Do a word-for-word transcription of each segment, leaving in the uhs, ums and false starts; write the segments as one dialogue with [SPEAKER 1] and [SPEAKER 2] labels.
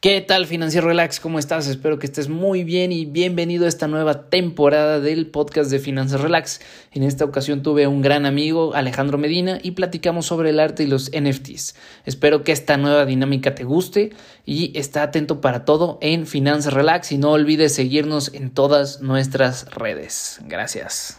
[SPEAKER 1] ¿Qué tal, Financiero Relax? ¿Cómo estás? Espero que estés muy bien y bienvenido a esta nueva temporada del podcast de Finanzas Relax. En esta ocasión tuve a un gran amigo, Alejandro Medina, y platicamos sobre el arte y los N F Ts. Espero que esta nueva dinámica te guste y está atento para todo en Finanzas Relax y no olvides seguirnos en todas nuestras redes. Gracias.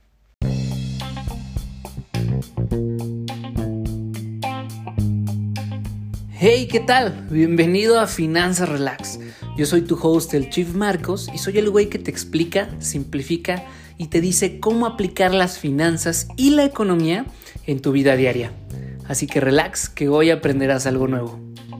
[SPEAKER 1] Hey, ¿qué tal? Bienvenido a Finanzas Relax. Yo soy tu host, el Chief Marcos, y soy el güey que te explica, simplifica y te dice cómo aplicar las finanzas y la economía en tu vida diaria. Así que relax, que hoy aprenderás algo nuevo.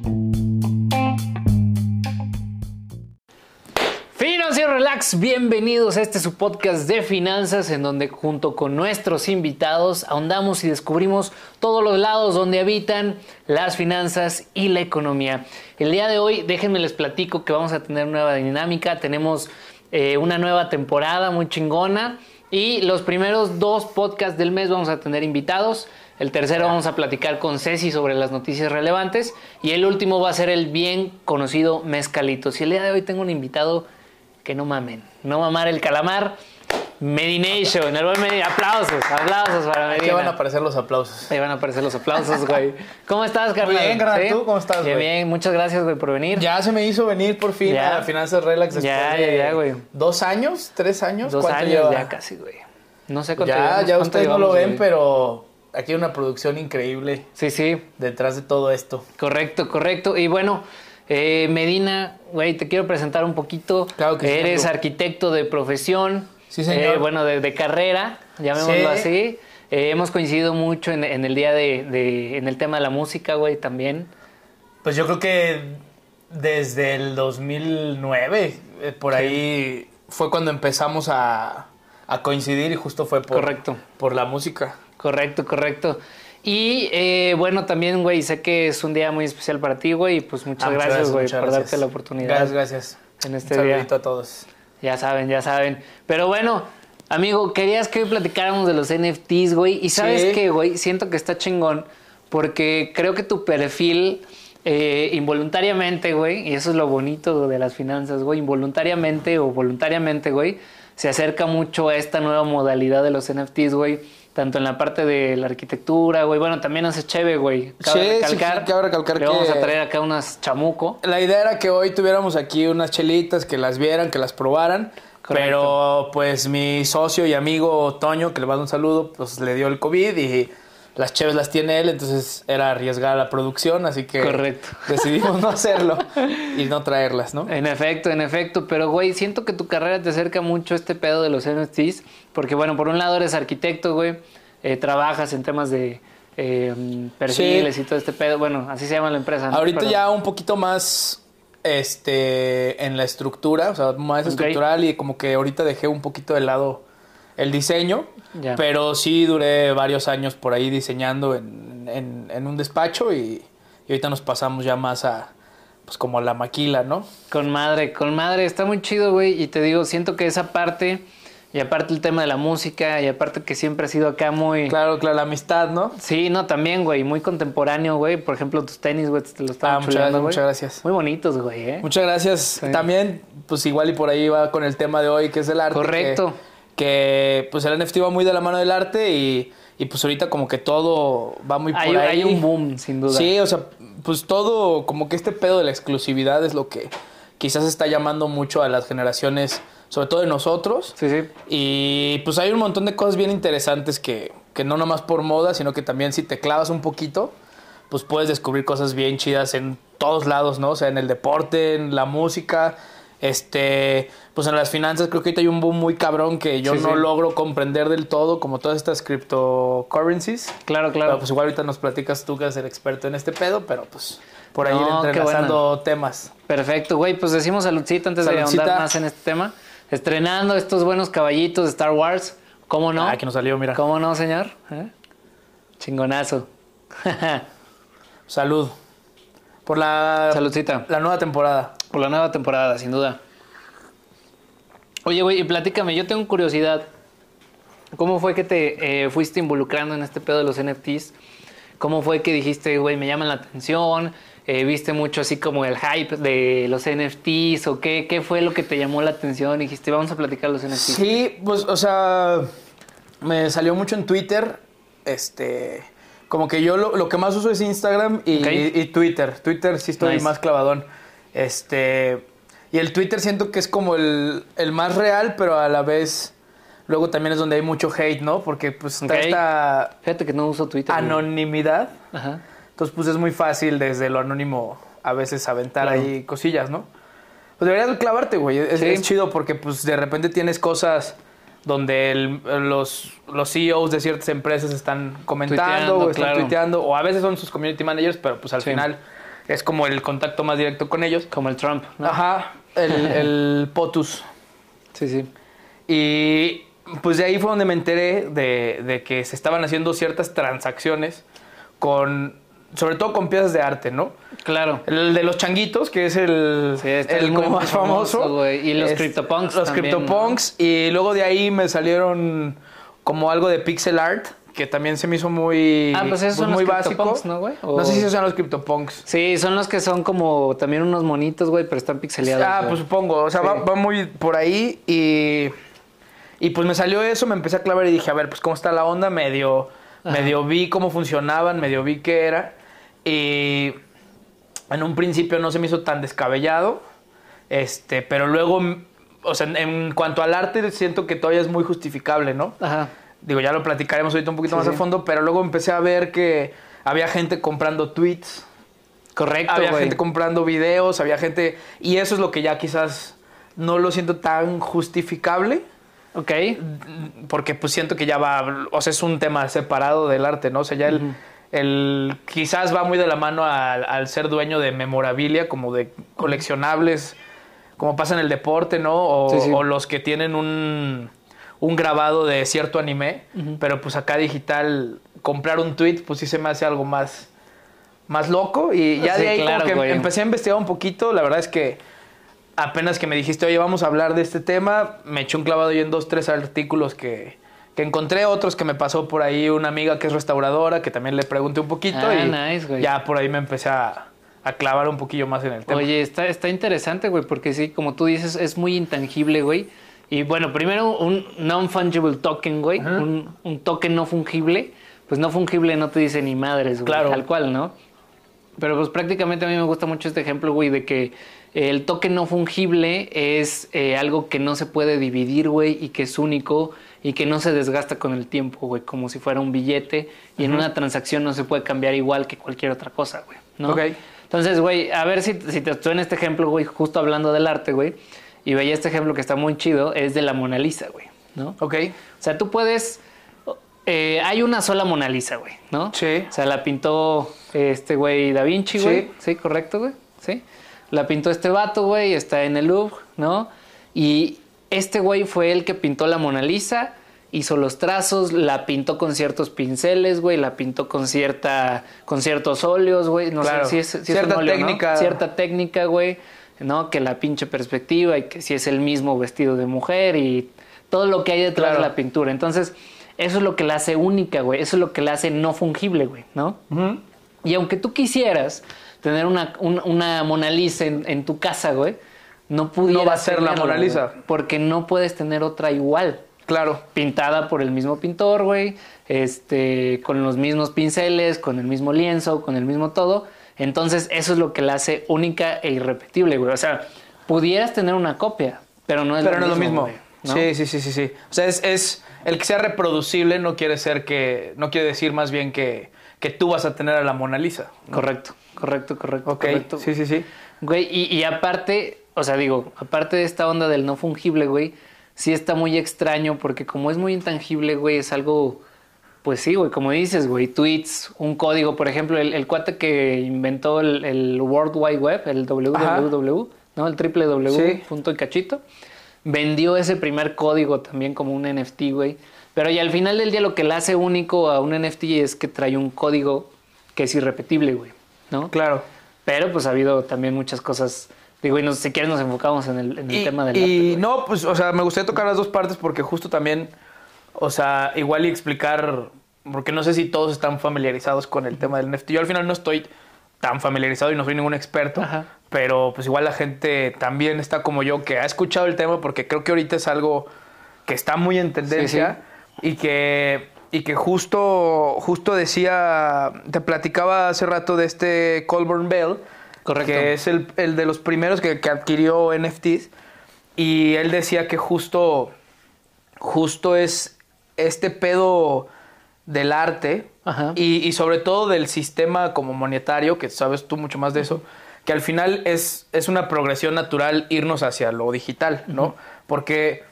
[SPEAKER 1] Financiero Relax, bienvenidos a este su podcast de finanzas en donde junto con nuestros invitados ahondamos y descubrimos todos los lados donde habitan las finanzas y la economía. El día de hoy déjenme les platico que vamos a tener nueva dinámica, tenemos eh, una nueva temporada muy chingona y los primeros dos podcasts del mes vamos a tener invitados. El tercero vamos a platicar con Ceci sobre las noticias relevantes y el último va a ser el bien conocido Mezcalitos. Y el día de hoy tengo un invitado que no mamen, no mamar el calamar, Medination, el buen Medina, aplausos, aplausos para Medina.
[SPEAKER 2] Aquí van a aparecer los aplausos.
[SPEAKER 1] Ahí van a aparecer los aplausos, güey. ¿Cómo estás, carnal?
[SPEAKER 2] Muy bien, carnal,
[SPEAKER 1] ¿Sí?
[SPEAKER 2] ¿tú cómo estás,
[SPEAKER 1] Bien,
[SPEAKER 2] güey?
[SPEAKER 1] bien, muchas gracias, güey, por venir.
[SPEAKER 2] Ya se me hizo venir por fin
[SPEAKER 1] Ya.
[SPEAKER 2] a Finanzas Relax después
[SPEAKER 1] Ya,
[SPEAKER 2] de
[SPEAKER 1] ya, ya, güey.
[SPEAKER 2] ¿Dos años? ¿Tres años?
[SPEAKER 1] Dos
[SPEAKER 2] ¿Cuánto
[SPEAKER 1] años
[SPEAKER 2] lleva?
[SPEAKER 1] ya casi, güey. No sé cuánto
[SPEAKER 2] Ya,
[SPEAKER 1] llevamos,
[SPEAKER 2] ya
[SPEAKER 1] cuánto
[SPEAKER 2] ustedes no lo
[SPEAKER 1] llevamos,
[SPEAKER 2] ven,
[SPEAKER 1] güey.
[SPEAKER 2] pero aquí hay una producción increíble
[SPEAKER 1] Sí, sí,
[SPEAKER 2] detrás de todo esto.
[SPEAKER 1] correcto, correcto. Y bueno, eh, Medina, güey, te quiero presentar un poquito.
[SPEAKER 2] Claro que sí,
[SPEAKER 1] Eres
[SPEAKER 2] amigo.
[SPEAKER 1] arquitecto de profesión.
[SPEAKER 2] Sí, señor.
[SPEAKER 1] Eh, bueno, de, de carrera, llamémoslo
[SPEAKER 2] Sí.
[SPEAKER 1] así. Eh, hemos coincidido mucho en, en el día de, de... en el tema de la música, güey, también.
[SPEAKER 2] Pues yo creo que desde el dos mil nueve, eh, por
[SPEAKER 1] Sí.
[SPEAKER 2] ahí fue cuando empezamos a, a coincidir y justo fue por,
[SPEAKER 1] Correcto.
[SPEAKER 2] por la música.
[SPEAKER 1] Correcto, correcto. Y eh, bueno, también, güey, sé que es un día muy especial para ti, güey, y pues muchas
[SPEAKER 2] Ah, muchas
[SPEAKER 1] gracias, güey,
[SPEAKER 2] muchas
[SPEAKER 1] por
[SPEAKER 2] gracias.
[SPEAKER 1] darte la oportunidad
[SPEAKER 2] Gracias, gracias.
[SPEAKER 1] en este
[SPEAKER 2] Un
[SPEAKER 1] día.
[SPEAKER 2] saludito a todos.
[SPEAKER 1] Ya saben, ya saben. Pero bueno, amigo, querías que hoy platicáramos de los N F Ts, güey. Y ¿sabes
[SPEAKER 2] Sí.
[SPEAKER 1] qué, güey? Siento que está chingón porque creo que tu perfil eh, involuntariamente, güey, y eso es lo bonito de las finanzas, güey, involuntariamente o voluntariamente, güey, se acerca mucho a esta nueva modalidad de los N F Ts, güey. Tanto en la parte de la arquitectura, güey. Bueno, también hace chévere, güey. Cabe
[SPEAKER 2] Sí, sí,
[SPEAKER 1] recalcar.
[SPEAKER 2] sí, cabe recalcar
[SPEAKER 1] Le vamos
[SPEAKER 2] que-
[SPEAKER 1] a traer acá unas chamuco.
[SPEAKER 2] La idea era que hoy tuviéramos aquí unas chelitas, que las vieran, que las probaran.
[SPEAKER 1] Correcto.
[SPEAKER 2] Pero pues mi socio y amigo Toño, que le mando un saludo, pues le dio el COVID y las cheves las tiene él, entonces era arriesgar la producción, así que
[SPEAKER 1] Correcto.
[SPEAKER 2] decidimos no hacerlo y no traerlas, ¿no?
[SPEAKER 1] En efecto, en efecto, pero güey, siento que tu carrera te acerca mucho a este pedo de los N F Ts, porque bueno, por un lado eres arquitecto, güey, eh, trabajas en temas de eh, perfiles
[SPEAKER 2] Sí.
[SPEAKER 1] y todo este pedo, bueno, así se llama la empresa, ¿no?
[SPEAKER 2] Ahorita
[SPEAKER 1] Pero-
[SPEAKER 2] ya un poquito más este en la estructura, o sea, más
[SPEAKER 1] Ok.
[SPEAKER 2] estructural y como que ahorita dejé un poquito de lado el diseño,
[SPEAKER 1] Ya.
[SPEAKER 2] pero sí duré varios años por ahí diseñando en, en, en un despacho y, y ahorita nos pasamos ya más a pues como a la maquila, ¿no?
[SPEAKER 1] Con madre, con madre, está muy chido, güey, y te digo, siento que esa parte, y aparte el tema de la música, y aparte que siempre ha sido acá muy...
[SPEAKER 2] Claro, claro, la amistad, ¿no?
[SPEAKER 1] Sí, no, también, güey, muy contemporáneo, güey. Por ejemplo, tus tenis, güey, te lo estaban
[SPEAKER 2] Ah, muchas
[SPEAKER 1] chuleando,
[SPEAKER 2] gracias,
[SPEAKER 1] güey.
[SPEAKER 2] muchas gracias.
[SPEAKER 1] Muy bonitos, güey, ¿eh?
[SPEAKER 2] Muchas gracias.
[SPEAKER 1] Sí.
[SPEAKER 2] También, pues igual y por ahí va con el tema de hoy, que es el arte.
[SPEAKER 1] Correcto.
[SPEAKER 2] Que, que, pues el N F T va muy de la mano del arte y, y pues ahorita como que todo va muy por
[SPEAKER 1] Hay,
[SPEAKER 2] ahí.
[SPEAKER 1] hay un boom, sin duda.
[SPEAKER 2] Sí, o sea, pues todo, como que este pedo de la exclusividad es lo que quizás está llamando mucho a las generaciones, sobre todo de nosotros.
[SPEAKER 1] Sí, sí.
[SPEAKER 2] Y pues hay un montón de cosas bien interesantes que, que no nomás por moda, sino que también si te clavas un poquito, pues puedes descubrir cosas bien chidas en todos lados, ¿no? O sea, en el deporte, en la música, este, pues en las finanzas creo que ahorita hay un boom muy cabrón que yo
[SPEAKER 1] Sí,
[SPEAKER 2] no
[SPEAKER 1] sí.
[SPEAKER 2] logro comprender del todo, como todas estas cryptocurrencies.
[SPEAKER 1] Claro, claro.
[SPEAKER 2] Pero pues igual ahorita nos platicas tú que eres el experto en este pedo, pero pues por ahí
[SPEAKER 1] No,
[SPEAKER 2] ir
[SPEAKER 1] qué
[SPEAKER 2] entrelazando temas.
[SPEAKER 1] Perfecto, güey. Pues decimos saludcita antes de
[SPEAKER 2] Saludcita.
[SPEAKER 1] ahondar más en este tema. Estrenando estos buenos caballitos de Star Wars. ¿Cómo no?
[SPEAKER 2] Ah, que nos salió, mira.
[SPEAKER 1] ¿Cómo no, señor? ¿Eh? Chingonazo.
[SPEAKER 2] Salud. Por la,
[SPEAKER 1] Saludcita.
[SPEAKER 2] la nueva temporada.
[SPEAKER 1] Por la nueva temporada, sin duda. Oye, güey, y platícame, yo tengo curiosidad. ¿Cómo fue que te eh, fuiste involucrando en este pedo de los N F Ts? ¿Cómo fue que dijiste, güey, me llaman la atención? Eh, ¿Viste mucho así como el hype de los N F Ts o qué, qué fue lo que te llamó la atención? Y dijiste, vamos a platicar los N F Ts.
[SPEAKER 2] Sí, pues, o sea, me salió mucho en Twitter. Este, como que yo lo, lo que más uso es Instagram y,
[SPEAKER 1] Okay.
[SPEAKER 2] y, y Twitter. Twitter sí estoy
[SPEAKER 1] Nice.
[SPEAKER 2] más clavadón. Este, y el Twitter siento que es como el, el más real, pero a la vez luego también es donde hay mucho hate, ¿no? Porque pues está
[SPEAKER 1] Ok.
[SPEAKER 2] esta
[SPEAKER 1] Fíjate que no uso Twitter. güey.
[SPEAKER 2] anonimidad.
[SPEAKER 1] Ajá.
[SPEAKER 2] Entonces, pues es muy fácil desde lo anónimo a veces aventar
[SPEAKER 1] Claro.
[SPEAKER 2] ahí cosillas, ¿no? Pues deberías clavarte, güey. Es,
[SPEAKER 1] Sí.
[SPEAKER 2] es chido porque pues de repente tienes cosas donde el- los, los C E Os de ciertas empresas están comentando
[SPEAKER 1] Tuiteando,
[SPEAKER 2] o están
[SPEAKER 1] claro.
[SPEAKER 2] tuiteando, o a veces son sus community managers, pero pues al
[SPEAKER 1] Sí.
[SPEAKER 2] final es como el contacto más directo con ellos.
[SPEAKER 1] Como el Trump, ¿no?
[SPEAKER 2] Ajá, el, el POTUS.
[SPEAKER 1] Sí, sí.
[SPEAKER 2] Y pues de ahí fue donde me enteré de, de que se estaban haciendo ciertas transacciones con, sobre todo con piezas de arte, ¿no?
[SPEAKER 1] Claro.
[SPEAKER 2] El de los changuitos, que es el,
[SPEAKER 1] Sí, este
[SPEAKER 2] el
[SPEAKER 1] es muy
[SPEAKER 2] como más famoso.
[SPEAKER 1] famoso, güey. Y los
[SPEAKER 2] Es-
[SPEAKER 1] CryptoPunks
[SPEAKER 2] Los
[SPEAKER 1] también,
[SPEAKER 2] CryptoPunks. Y luego de ahí me salieron como algo de pixel art, que también se me hizo muy,
[SPEAKER 1] Ah, pues esos son
[SPEAKER 2] muy
[SPEAKER 1] los
[SPEAKER 2] básico.
[SPEAKER 1] CryptoPunks, ¿no, güey? O-
[SPEAKER 2] No sé si esos son los CryptoPunks.
[SPEAKER 1] Sí, son los que son como también unos monitos, güey, pero están pixeleados.
[SPEAKER 2] Ah,
[SPEAKER 1] güey.
[SPEAKER 2] pues supongo. O sea,
[SPEAKER 1] Sí.
[SPEAKER 2] va, va muy por ahí y... Y pues me salió eso, me empecé a clavar y dije, a ver, pues cómo está la onda, medio,
[SPEAKER 1] Ajá.
[SPEAKER 2] medio vi cómo funcionaban, medio vi qué era. Y en un principio no se me hizo tan descabellado, este, pero luego, o sea, en, en cuanto al arte siento que todavía es muy justificable, ¿no?
[SPEAKER 1] Ajá.
[SPEAKER 2] Digo, ya lo platicaremos ahorita un poquito
[SPEAKER 1] Sí,
[SPEAKER 2] más
[SPEAKER 1] sí.
[SPEAKER 2] a fondo, pero luego empecé a ver que había gente comprando tweets,
[SPEAKER 1] Correcto,
[SPEAKER 2] había
[SPEAKER 1] güey.
[SPEAKER 2] gente comprando videos, había gente... Y eso es lo que ya quizás no lo siento tan justificable.
[SPEAKER 1] Ok.
[SPEAKER 2] Porque pues siento que ya va, o sea, es un tema separado del arte, ¿no? O sea, ya el,
[SPEAKER 1] Ujú.
[SPEAKER 2] el quizás va muy de la mano al, al ser dueño de memorabilia, como de coleccionables, como pasa en el deporte, ¿no? O,
[SPEAKER 1] Sí, sí.
[SPEAKER 2] o los que tienen un, un grabado de cierto anime,
[SPEAKER 1] Ujú.
[SPEAKER 2] pero pues acá digital, comprar un tweet, pues sí se me hace algo más, más loco. Y ya
[SPEAKER 1] Sí,
[SPEAKER 2] de ahí
[SPEAKER 1] claro,
[SPEAKER 2] como que
[SPEAKER 1] güey.
[SPEAKER 2] empecé a investigar un poquito, la verdad es que apenas que me dijiste, oye, vamos a hablar de este tema, me eché un clavado yo en dos, tres artículos que, que encontré, otros que me pasó por ahí una amiga que es restauradora, que también le pregunté un poquito
[SPEAKER 1] Ah,
[SPEAKER 2] y
[SPEAKER 1] nice, güey.
[SPEAKER 2] ya por ahí me empecé a, a clavar un poquillo más en el tema.
[SPEAKER 1] Oye, está, está interesante, güey, porque sí, como tú dices, es muy intangible, güey. Y bueno, primero un non-fungible token, güey,
[SPEAKER 2] Ajá.
[SPEAKER 1] un, un token no fungible. Pues no fungible no te dice ni madres, güey,
[SPEAKER 2] Claro.
[SPEAKER 1] tal cual, ¿no? Pero pues prácticamente a mí me gusta mucho este ejemplo, güey, de que el token no fungible es eh, algo que no se puede dividir, güey, y que es único y que no se desgasta con el tiempo, güey, como si fuera un billete. Y en
[SPEAKER 2] Ujú.
[SPEAKER 1] una transacción no se puede cambiar igual que cualquier otra cosa, güey, ¿no?
[SPEAKER 2] Ok.
[SPEAKER 1] Entonces, güey, a ver si, si te estoy en este ejemplo, güey, justo hablando del arte, güey, y veía este ejemplo que está muy chido, es de la Mona Lisa, güey, ¿no?
[SPEAKER 2] Ok.
[SPEAKER 1] O sea, tú puedes... eh, hay una sola Mona Lisa, güey, ¿no?
[SPEAKER 2] Sí.
[SPEAKER 1] O sea, la pintó este güey Da Vinci, güey.
[SPEAKER 2] Sí.
[SPEAKER 1] Sí, correcto, güey. Sí. La pintó este vato, güey, está en el Louvre, ¿no? Y este güey fue el que pintó la Mona Lisa, hizo los trazos, la pintó con ciertos pinceles, güey, la pintó con cierta con ciertos óleos, güey, no
[SPEAKER 2] Claro.
[SPEAKER 1] sé si es, si es
[SPEAKER 2] Cierta
[SPEAKER 1] un óleo, ¿no?
[SPEAKER 2] técnica.
[SPEAKER 1] Cierta técnica, güey, ¿no? Que la pinche perspectiva y que si es el mismo vestido de mujer y todo lo que hay detrás
[SPEAKER 2] Claro.
[SPEAKER 1] de la pintura. Entonces, eso es lo que la hace única, güey. Eso es lo que la hace no fungible, güey, ¿no?
[SPEAKER 2] Ujú.
[SPEAKER 1] Y aunque tú quisieras tener una, un- una Mona Lisa en, en tu casa, güey, no pudieras
[SPEAKER 2] No va a ser la
[SPEAKER 1] tenerla,
[SPEAKER 2] Mona Lisa.
[SPEAKER 1] güey, porque no puedes tener otra igual.
[SPEAKER 2] Claro.
[SPEAKER 1] Pintada por el mismo pintor, güey, este, con los mismos pinceles, con el mismo lienzo, con el mismo todo. Entonces, eso es lo que la hace única e irrepetible, güey. O sea, pudieras tener una copia, pero no es
[SPEAKER 2] Pero
[SPEAKER 1] lo
[SPEAKER 2] no es lo
[SPEAKER 1] mismo.
[SPEAKER 2] mismo.
[SPEAKER 1] güey, ¿no?
[SPEAKER 2] Sí, sí, sí, sí, sí. O sea, es, es el que sea reproducible no quiere ser que, no quiere decir más bien que, que tú vas a tener a la Mona Lisa. ¿no?
[SPEAKER 1] Correcto, correcto, correcto.
[SPEAKER 2] Ok,
[SPEAKER 1] correcto.
[SPEAKER 2] sí, sí, sí.
[SPEAKER 1] Güey, y, y aparte, o sea, digo, aparte de esta onda del no fungible, güey, sí está muy extraño porque como es muy intangible, güey, es algo, pues sí, güey, como dices, güey, tweets, un código, por ejemplo, el, el cuate que inventó el, el World Wide Web, el W W W, ¿no? El triple W,
[SPEAKER 2] Sí.
[SPEAKER 1] punto y cachito, vendió ese primer código también como un N F T, güey. Pero y al final del día lo que le hace único a un N F T es que trae un código que es irrepetible, güey, ¿no?
[SPEAKER 2] Claro.
[SPEAKER 1] Pero pues ha habido también muchas cosas. Digo, y nos, si quieres nos enfocamos en el, en el
[SPEAKER 2] Y,
[SPEAKER 1] tema del
[SPEAKER 2] y
[SPEAKER 1] arte, güey.
[SPEAKER 2] no, pues, o sea, me gustaría tocar las dos partes porque justo también, o sea, igual y explicar, porque no sé si todos están familiarizados con el tema del N F T. Yo al final no estoy tan familiarizado y no soy ningún experto.
[SPEAKER 1] Ajá.
[SPEAKER 2] Pero pues igual la gente también está como yo, que ha escuchado el tema, porque creo que ahorita es algo que está muy en tendencia. Sí, sí. Y que, y que justo, justo decía, te platicaba hace rato de este Colburn Bell. Correcto. Que es el, el de los primeros que, que adquirió N F Ts. Y él decía que justo, justo es este pedo del arte. Ajá. Y, y sobre todo del sistema como monetario, que sabes tú mucho más de eso, que al final es, es una progresión natural irnos hacia lo digital, ¿no? Uh-huh. Porque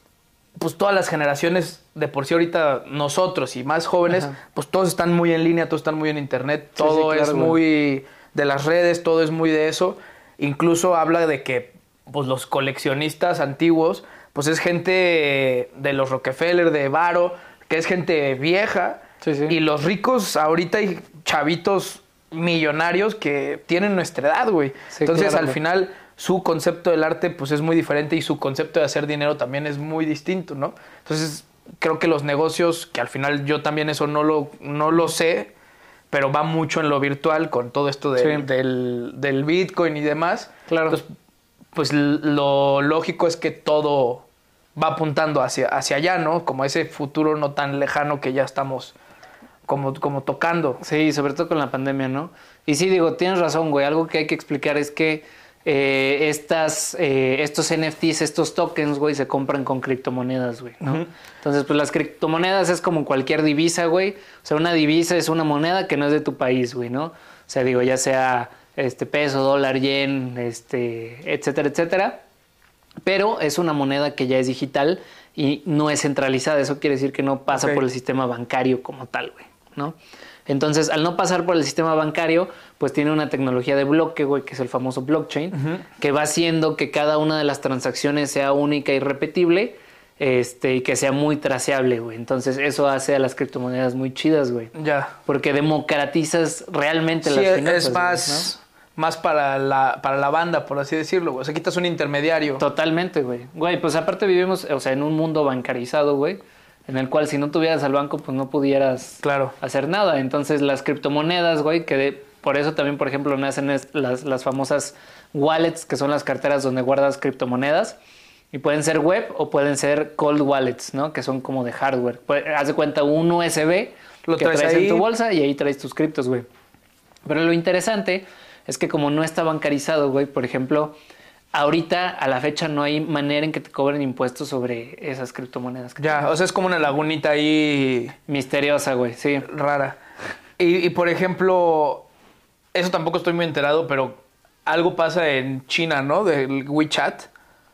[SPEAKER 2] pues todas las generaciones, de por sí ahorita nosotros y más jóvenes, ajá, pues todos están muy en línea, todos están muy en internet, sí, todo sí, claro, es muy de las redes, todo es muy de eso. Incluso habla de que pues los coleccionistas antiguos, pues es gente de los Rockefeller, de varo, que es gente vieja, sí, sí. Y los ricos ahorita hay chavitos millonarios que tienen nuestra edad, güey. Sí, entonces, claro, al güey. Final, su concepto del arte, pues, es muy diferente y su concepto de hacer dinero también es muy distinto, ¿no? Entonces, creo que los negocios, que al final yo también eso no lo, no lo sé, pero va mucho en lo virtual con todo esto de, sí. del, del Bitcoin y demás. Claro. Entonces, pues, lo lógico es que todo va apuntando hacia, hacia allá, ¿no? Como ese futuro no tan lejano que ya estamos Como, como tocando.
[SPEAKER 1] Sí, sobre todo con la pandemia, ¿no? Y sí, digo, tienes razón, güey. Algo que hay que explicar es que eh, estas, eh, estos N F Ts, estos tokens, güey, se compran con criptomonedas, güey, ¿no? Uh-huh. Entonces, pues las criptomonedas es como cualquier divisa, güey. O sea, una divisa es una moneda que no es de tu país, güey, ¿no? O sea, digo, ya sea este peso, dólar, yen, este, etcétera, etcétera. Pero es una moneda que ya es digital y no es centralizada. Eso quiere decir que no pasa okay. por el sistema bancario como tal, güey, ¿no? Entonces, al no pasar por el sistema bancario, pues tiene una tecnología de bloque, güey, que es el famoso blockchain, uh-huh. que va haciendo que cada una de las transacciones sea única y repetible, este, y que sea muy traceable, güey. Entonces, eso hace a las criptomonedas muy chidas, güey.
[SPEAKER 2] Ya.
[SPEAKER 1] Porque democratizas realmente
[SPEAKER 2] sí,
[SPEAKER 1] las finanzas.
[SPEAKER 2] Es más, ¿no? más para la, para la banda, por así decirlo, güey. O sea, quitas un intermediario.
[SPEAKER 1] Totalmente, güey. Güey, pues aparte vivimos, o sea, en un mundo bancarizado, güey, en el cual si no tuvieras al banco, pues no pudieras
[SPEAKER 2] claro.
[SPEAKER 1] hacer nada. Entonces las criptomonedas, güey, que de, por eso también, por ejemplo, nacen las, las famosas wallets, que son las carteras donde guardas criptomonedas. Y pueden ser web o pueden ser cold wallets, ¿no? Que son como de hardware. Pues, haz de cuenta un U S B lo que traes, traes en tu bolsa y ahí traes tus criptos, güey. Pero lo interesante es que como no está bancarizado, güey, por ejemplo, ahorita, a la fecha, no hay manera en que te cobren impuestos sobre esas criptomonedas.
[SPEAKER 2] Ya, tengo. O sea, es como una lagunita ahí...
[SPEAKER 1] misteriosa, güey, sí.
[SPEAKER 2] Rara. Y, y, por ejemplo, eso tampoco estoy muy enterado, pero algo pasa en China, ¿no? Del WeChat.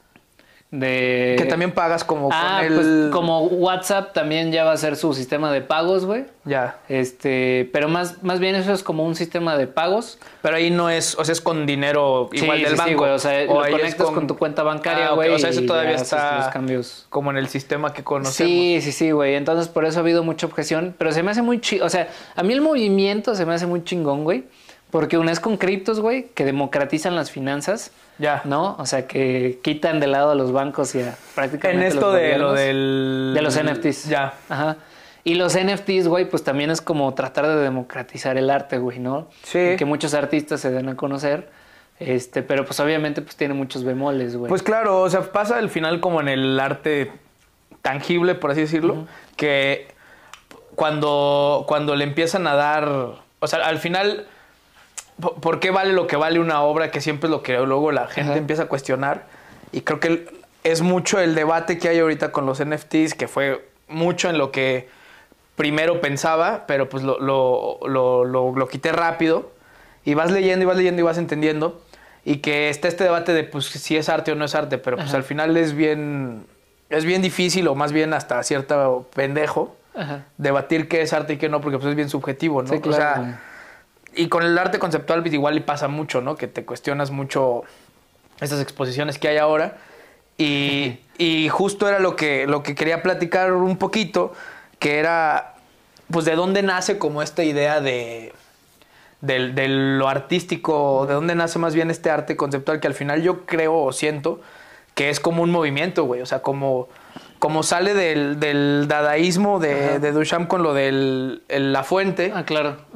[SPEAKER 1] De...
[SPEAKER 2] Que también pagas como
[SPEAKER 1] ah,
[SPEAKER 2] con el...
[SPEAKER 1] pues como WhatsApp también ya va a ser su sistema de pagos, güey.
[SPEAKER 2] Ya.
[SPEAKER 1] Este, pero más, más bien eso es como un sistema de pagos.
[SPEAKER 2] Pero ahí no es, o sea, es con dinero igual
[SPEAKER 1] sí,
[SPEAKER 2] del
[SPEAKER 1] sí,
[SPEAKER 2] banco.
[SPEAKER 1] Sí, güey, o sea,
[SPEAKER 2] o
[SPEAKER 1] lo conectas con... con tu cuenta bancaria, güey.
[SPEAKER 2] Ah, okay. O sea, eso todavía está
[SPEAKER 1] los cambios.
[SPEAKER 2] Como en el sistema que conocemos.
[SPEAKER 1] Sí, sí, sí, güey. Entonces por eso ha habido mucha objeción, pero se me hace muy chido, o sea, a mí el movimiento se me hace muy chingón, güey. Porque una es con criptos, güey, que democratizan las finanzas. Ya. ¿No? O sea, que quitan de lado a los bancos y a prácticamente
[SPEAKER 2] en esto
[SPEAKER 1] los
[SPEAKER 2] de lo del...
[SPEAKER 1] De los N F Ts.
[SPEAKER 2] Ya.
[SPEAKER 1] Ajá. Y los N F Ts, güey, pues también es como tratar de democratizar el arte, güey, ¿no?
[SPEAKER 2] Sí.
[SPEAKER 1] Y que muchos artistas se den a conocer. Este, pero pues obviamente pues tiene muchos bemoles, güey.
[SPEAKER 2] Pues claro, o sea, pasa al final como en el arte tangible, por así decirlo, uh-huh. que cuando, cuando le empiezan a dar... O sea, al final... ¿Por qué vale lo que vale una obra? Que siempre es lo que luego la gente Ajá. empieza a cuestionar. Y creo que es mucho el debate que hay ahorita con los N F Ts, que fue mucho en lo que primero pensaba, pero pues lo, lo, lo, lo, lo quité rápido. Y vas leyendo y vas leyendo y vas entendiendo. Y que está este debate de pues si es arte o no es arte, pero pues Ajá. al final es bien, es bien difícil, o más bien hasta cierto pendejo, Ajá. debatir qué es arte y qué no, porque pues es bien subjetivo, ¿no?
[SPEAKER 1] Sí, claro.
[SPEAKER 2] O sea, y con el arte conceptual igual y pasa mucho, ¿no? Que te cuestionas mucho estas exposiciones que hay ahora. Y, y justo era lo que, lo que quería platicar un poquito, que era, pues, de dónde nace como esta idea de, de, de lo artístico, de dónde nace más bien este arte conceptual, que al final yo creo o siento que es como un movimiento, güey. O sea, como, como sale del, del dadaísmo de, de Duchamp con lo de la fuente.
[SPEAKER 1] Ah, claro. Ajá.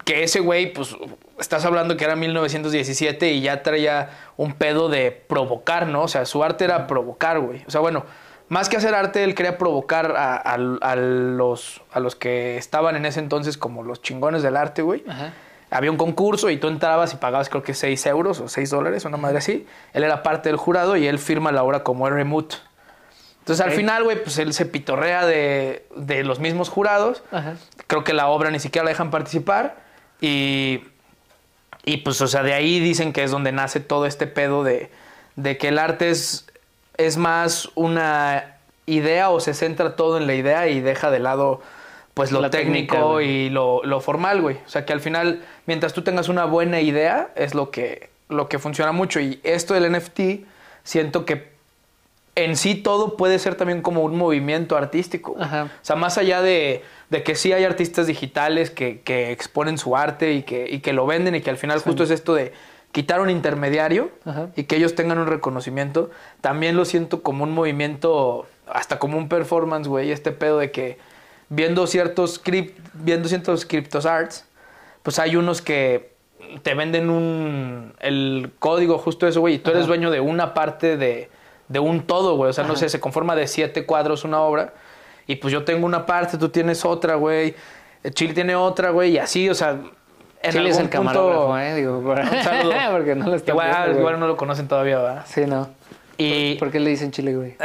[SPEAKER 2] que ese güey, pues, estás hablando que era mil novecientos diecisiete y ya traía un pedo de provocar, ¿no? O sea, su arte era provocar, güey. O sea, bueno, más que hacer arte, él quería provocar a, a, a, los, a los que estaban en ese entonces como los chingones del arte, güey.
[SPEAKER 1] Ajá.
[SPEAKER 2] Había un concurso y tú entrabas y pagabas creo que seis euros o seis dólares, una madre así. Él era parte del jurado y él firma la obra como R. Mut. Entonces, okay. al final, güey, pues él se pitorrea de, de los mismos jurados. Ajá. Creo que la obra ni siquiera la dejan participar. Y, y pues, o sea, de ahí dicen que es donde nace todo este pedo de, de que el arte es, es más una idea o se centra todo en la idea y deja de lado, pues, lo la técnico técnica, y lo, lo formal, güey. O sea, que al final, mientras tú tengas una buena idea, es lo que, lo que funciona mucho. Y esto del N F T, siento que en sí todo puede ser también como un movimiento artístico. Ajá. O sea, más allá de, de que sí hay artistas digitales que, que exponen su arte y que, y que lo venden y que al final sí. justo es esto de quitar un intermediario Ajá. y que ellos tengan un reconocimiento, también lo siento como un movimiento, hasta como un performance, güey, este pedo de que viendo ciertos crypt, viendo ciertos cryptos arts, pues hay unos que te venden un el código justo eso, güey, y tú Ajá. eres dueño de una parte de de un todo, güey. O sea, Ajá. no sé, se conforma de siete cuadros una obra. Y pues yo tengo una parte, tú tienes otra, güey. Chile tiene otra, güey. Y así, o sea, en
[SPEAKER 1] Chile es el
[SPEAKER 2] punto,
[SPEAKER 1] camarógrafo, ¿eh? Digo, por...
[SPEAKER 2] un saludo.
[SPEAKER 1] Porque no lo está
[SPEAKER 2] igual,
[SPEAKER 1] viendo,
[SPEAKER 2] igual no lo conocen todavía, ¿verdad?
[SPEAKER 1] Sí, no.
[SPEAKER 2] Y...
[SPEAKER 1] ¿Por, ¿Por qué le dicen Chile, güey?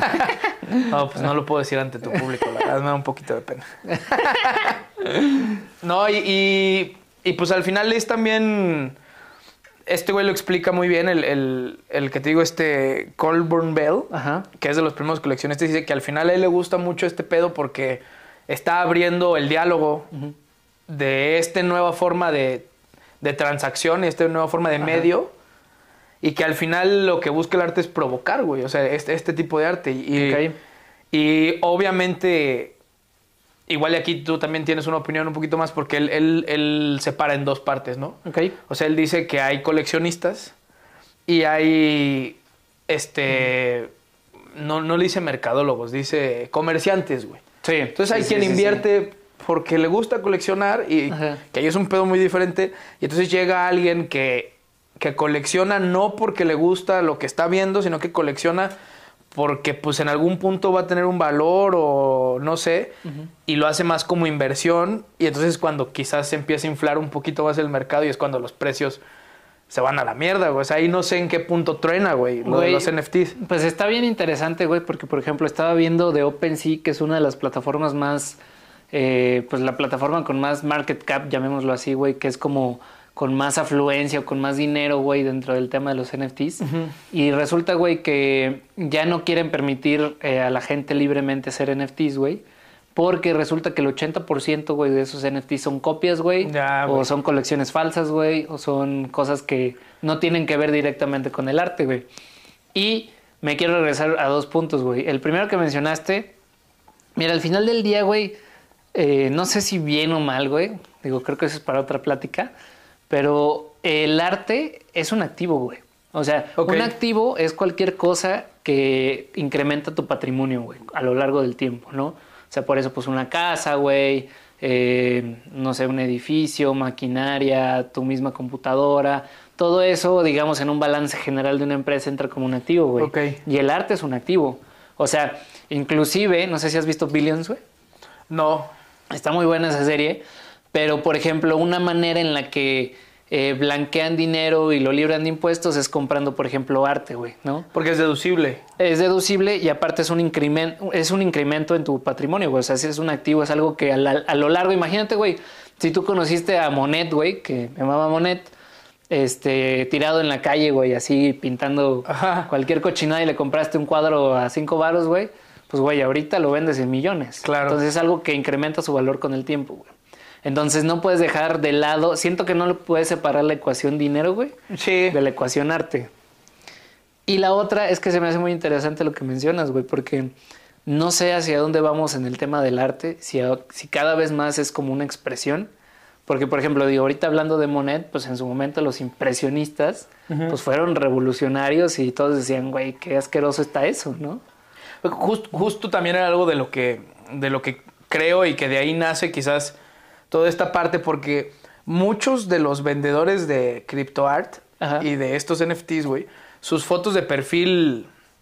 [SPEAKER 2] No, pues no lo puedo decir ante tu público. La verdad me da un poquito de pena. No, y, y, y pues al final es también... Este güey lo explica muy bien, el, el, el que te digo, este Colburn Bell, Ajá. que es de los primeros coleccionistas, dice que al final a él le gusta mucho este pedo porque está abriendo el diálogo uh-huh. de esta nueva forma de, de transacción, esta nueva forma de Ajá. medio, y que al final lo que busca el arte es provocar, güey, o sea, este, este tipo de arte. Y, okay. y obviamente... Igual y aquí tú también tienes una opinión un poquito más porque él, él, él separa en dos partes, ¿no? Okay. O sea, él dice que hay coleccionistas y hay, este, uh-huh. no, no le dice mercadólogos, dice comerciantes, güey. Sí. Entonces hay sí, quien sí, invierte sí. porque le gusta coleccionar y Ajá. que ahí es un pedo muy diferente. Y entonces llega alguien que, que colecciona no porque le gusta lo que está viendo, sino que colecciona... porque pues en algún punto va a tener un valor o no sé, uh-huh. y lo hace más como inversión y entonces cuando quizás se empieza a inflar un poquito más el mercado y es cuando los precios se van a la mierda, güey. O sea, ahí no sé en qué punto truena, güey, lo de los N F Ts.
[SPEAKER 1] Pues está bien interesante, güey, porque por ejemplo estaba viendo de OpenSea, que es una de las plataformas más, eh, pues la plataforma con más market cap, llamémoslo así, güey, que es como... con más afluencia o con más dinero, güey, dentro del tema de los N F Ts. Uh-huh. Y resulta, güey, que ya no quieren permitir eh, a la gente libremente hacer N F Ts, güey. Porque resulta que el ochenta por ciento, güey, de esos N F Ts son copias, güey. Ya, o son colecciones falsas, güey. O son cosas que no tienen que ver directamente con el arte, güey. Y me quiero regresar a dos puntos, güey. El primero que mencionaste... Mira, al final del día, güey, eh, no sé si bien o mal, güey. Digo, creo que eso es para otra plática. Pero el arte es un activo, güey. O sea, okay. un activo es cualquier cosa que incrementa tu patrimonio, güey, a lo largo del tiempo, ¿no? O sea, por eso, pues, una casa, güey, eh, no sé, un edificio, maquinaria, tu misma computadora. Todo eso, digamos, en un balance general de una empresa entra como un activo, güey. Okay. Y el arte es un activo. O sea, inclusive, no sé si has visto Billions, güey.
[SPEAKER 2] No.
[SPEAKER 1] Está muy buena esa serie. Pero, por ejemplo, una manera en la que eh, blanquean dinero y lo libran de impuestos es comprando, por ejemplo, arte, güey, ¿no?
[SPEAKER 2] Porque es deducible.
[SPEAKER 1] Es deducible y aparte es un incremento, es un incremento en tu patrimonio, güey. O sea, si es un activo, es algo que a, la, a lo largo... Imagínate, güey, si tú conociste a Monet, güey, que me llamaba Monet, este, tirado en la calle, güey, así pintando Ajá. cualquier cochinada y le compraste un cuadro a cinco varos, güey, pues, güey, ahorita lo vendes en millones. Claro. Entonces es algo que incrementa su valor con el tiempo, güey. Entonces no puedes dejar de lado... Siento que no le puedes separar la ecuación dinero, güey. Sí. De la ecuación arte. Y la otra es que se me hace muy interesante lo que mencionas, güey. Porque no sé hacia dónde vamos en el tema del arte. Si, si cada vez más es como una expresión. Porque, por ejemplo, digo, ahorita hablando de Monet, pues en su momento los impresionistas uh-huh. pues fueron revolucionarios y todos decían, güey, qué asqueroso está eso, ¿no?
[SPEAKER 2] Just, justo también era algo de lo que, de lo que creo y que de ahí nace quizás... toda esta parte porque muchos de los vendedores de CryptoArt
[SPEAKER 1] Ajá.
[SPEAKER 2] y de estos N F Ts, güey, sus fotos de perfil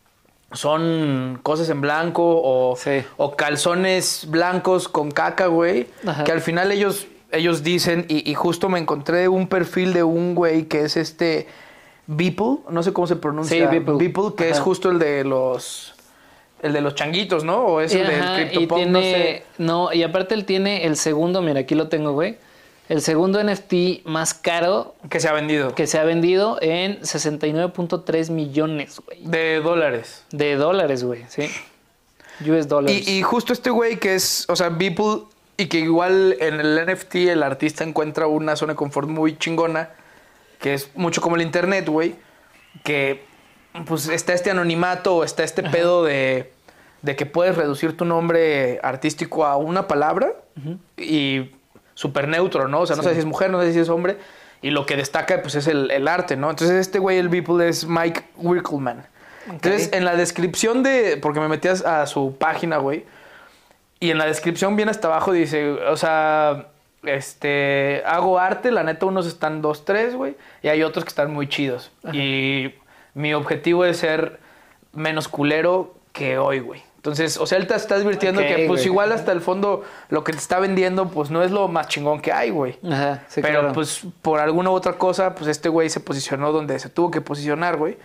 [SPEAKER 2] son cosas en blanco o,
[SPEAKER 1] Sí.
[SPEAKER 2] o calzones blancos con caca, güey.
[SPEAKER 1] Ajá.
[SPEAKER 2] Que al final ellos, ellos dicen, y, y justo me encontré un perfil de un güey que es este Beeple, no sé cómo se pronuncia.
[SPEAKER 1] Sí, Beeple.
[SPEAKER 2] Beeple, que
[SPEAKER 1] Ajá.
[SPEAKER 2] es justo el de los... El de los changuitos, ¿no? O es el
[SPEAKER 1] Ajá,
[SPEAKER 2] del
[SPEAKER 1] y
[SPEAKER 2] CryptoPunk,
[SPEAKER 1] tiene,
[SPEAKER 2] no sé.
[SPEAKER 1] no, y aparte él tiene el segundo, mira, aquí lo tengo, güey. El segundo N F T más caro
[SPEAKER 2] Que se ha vendido.
[SPEAKER 1] que se ha vendido en sesenta y nueve punto tres millones, güey.
[SPEAKER 2] De dólares.
[SPEAKER 1] De dólares, güey, sí. U S dólares.
[SPEAKER 2] Y, y justo este güey que es, o sea, Beeple, y que igual en el N F T el artista encuentra una zona de confort muy chingona, que es mucho como el internet, güey, que pues está este anonimato o está este Ajá. pedo de, de que puedes reducir tu nombre artístico a una palabra uh-huh. y súper neutro, ¿no? O sea, no sí. sé si es mujer, no sé si es hombre, y lo que destaca pues es el, el arte, ¿no? Entonces este güey, el Beeple, es Mike Winkelmann. Okay. Entonces, en la descripción de... Porque me metí a su página, güey. Y en la descripción bien hasta abajo dice... O sea... Este... Hago arte. La neta, unos están dos, tres, güey. Y hay otros que están muy chidos. Ajá. Y mi objetivo es ser menos culero que hoy, güey. Entonces, o sea, él te está advirtiendo okay, que, pues, güey. Igual hasta el fondo lo que te está vendiendo, pues, no es lo más chingón que hay, güey.
[SPEAKER 1] Ajá, sí,
[SPEAKER 2] Pero,
[SPEAKER 1] claro.
[SPEAKER 2] pues, por alguna u otra cosa, pues, este güey se posicionó donde se tuvo que posicionar, güey.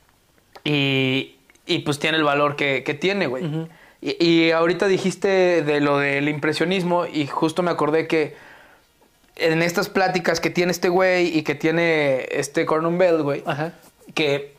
[SPEAKER 2] Y, y pues tiene el valor que, que tiene, güey. Uh-huh. y, y ahorita dijiste de lo del impresionismo y justo me acordé que en estas pláticas que tiene este güey y que tiene este Gordon Bell, güey, uh-huh. que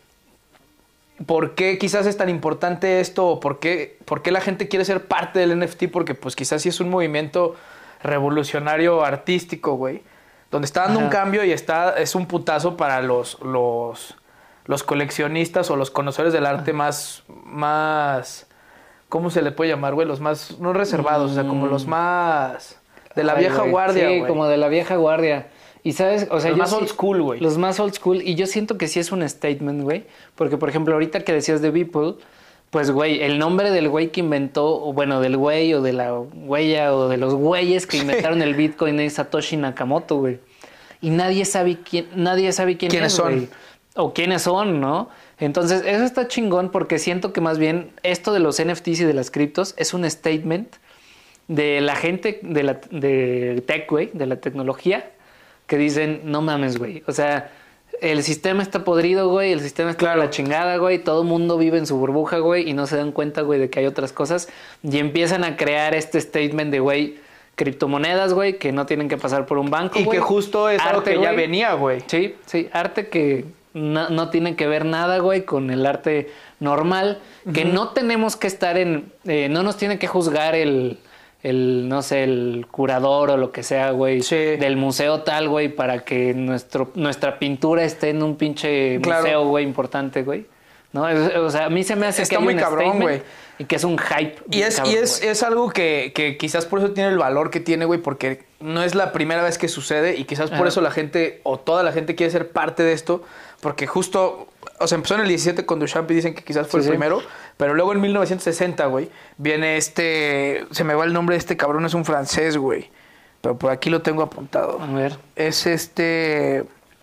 [SPEAKER 2] por qué quizás es tan importante esto o por qué, por qué la gente quiere ser parte del N F T, porque pues quizás sí es un movimiento revolucionario artístico, güey, donde está dando uh-huh. un cambio y está es un putazo para los... los los coleccionistas o los conocedores del arte más, más, ¿cómo se le puede llamar, güey? Los más, no reservados, mm. o sea, como los más de la Ay, vieja
[SPEAKER 1] güey.
[SPEAKER 2] guardia,
[SPEAKER 1] Sí,
[SPEAKER 2] güey.
[SPEAKER 1] como de la vieja guardia. Y sabes, o sea,
[SPEAKER 2] los
[SPEAKER 1] yo
[SPEAKER 2] más
[SPEAKER 1] sí,
[SPEAKER 2] old school, güey.
[SPEAKER 1] Los más old school. Y yo siento que sí es un statement, güey. Porque, por ejemplo, ahorita que decías de Beeple, pues, güey, el nombre del güey que inventó, o bueno, del güey o de la huella o de los güeyes que inventaron sí. el Bitcoin es Satoshi Nakamoto, güey. Y nadie sabe quién, nadie sabe quién
[SPEAKER 2] ¿Quiénes
[SPEAKER 1] es,
[SPEAKER 2] son?
[SPEAKER 1] Güey. O quiénes son, ¿no? Entonces, eso está chingón porque siento que más bien esto de los N F Ts y de las criptos es un statement de la gente de la de tech, güey, de la tecnología, que dicen, no mames, güey. O sea, el sistema está podrido, güey, el sistema está claro. a la chingada, güey, todo el mundo vive en su burbuja, güey, y no se dan cuenta, güey, de que hay otras cosas. Y empiezan a crear este statement de, güey, criptomonedas, güey, que no tienen que pasar por un banco,
[SPEAKER 2] y
[SPEAKER 1] güey.
[SPEAKER 2] que justo es arte, algo que güey. ya venía, güey.
[SPEAKER 1] Sí, sí, arte que no, no tiene que ver nada, güey, con el arte normal, uh-huh. que no tenemos que estar en, eh, no nos tiene que juzgar el, el, no sé, el curador o lo que sea, güey, sí. del museo tal, güey, para que nuestro, nuestra pintura esté en un pinche claro. museo, güey, importante, güey. ¿No? O sea, a mí se me hace
[SPEAKER 2] Está
[SPEAKER 1] que hay
[SPEAKER 2] muy
[SPEAKER 1] un
[SPEAKER 2] cabrón, güey.
[SPEAKER 1] Y que es un hype.
[SPEAKER 2] Y es,
[SPEAKER 1] cabrón,
[SPEAKER 2] y es, es algo que, que quizás por eso tiene el valor que tiene, güey, porque no es la primera vez que sucede y quizás por Ajá. eso la gente o toda la gente quiere ser parte de esto, porque justo, o sea, empezó en el diecisiete con Duchamp y dicen que quizás fue sí, el sí. primero, pero luego en mil novecientos sesenta, güey, viene este, se me va el nombre de este cabrón, es un francés, güey, pero por aquí lo tengo apuntado.
[SPEAKER 1] A ver.
[SPEAKER 2] Es este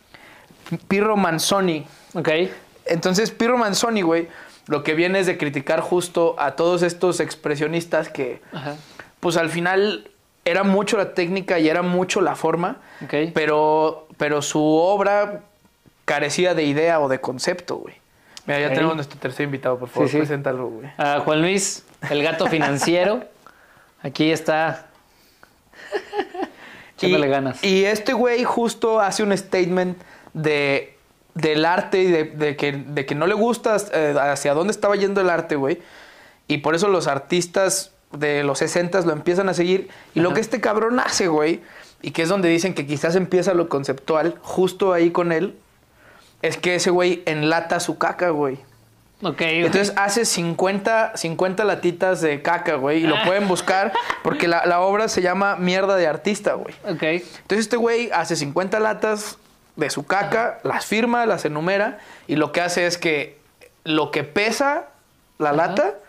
[SPEAKER 2] Piero Manzoni.
[SPEAKER 1] Ok.
[SPEAKER 2] Entonces, Piero Manzoni, güey, lo que viene es de criticar justo a todos estos expresionistas que, Ajá. pues al final era mucho la técnica y era mucho la forma, okay. pero, pero su obra carecía de idea o de concepto, güey. Mira, ya okay. tenemos nuestro tercer invitado, por favor, sí, sí. preséntalo, güey.
[SPEAKER 1] Uh, Juan Luis, el gato financiero. Aquí está. Echándole ganas.
[SPEAKER 2] Y este güey justo hace un statement de... del arte y de, de, que, de que no le gusta eh, hacia dónde estaba yendo el arte, güey. Y por eso los artistas de los sesentas lo empiezan a seguir. Y Ajá. lo que este cabrón hace, güey, y que es donde dicen que quizás empieza lo conceptual, justo ahí con él, es que ese güey enlata su caca, güey.
[SPEAKER 1] Ok.
[SPEAKER 2] Entonces hace cincuenta, cincuenta latitas de caca, güey, y lo pueden buscar porque la, la obra se llama Mierda de Artista, güey.
[SPEAKER 1] Ok.
[SPEAKER 2] Entonces este güey hace cincuenta latas de su caca, las firma, las enumera y lo que hace es que lo que pesa la Ajá. lata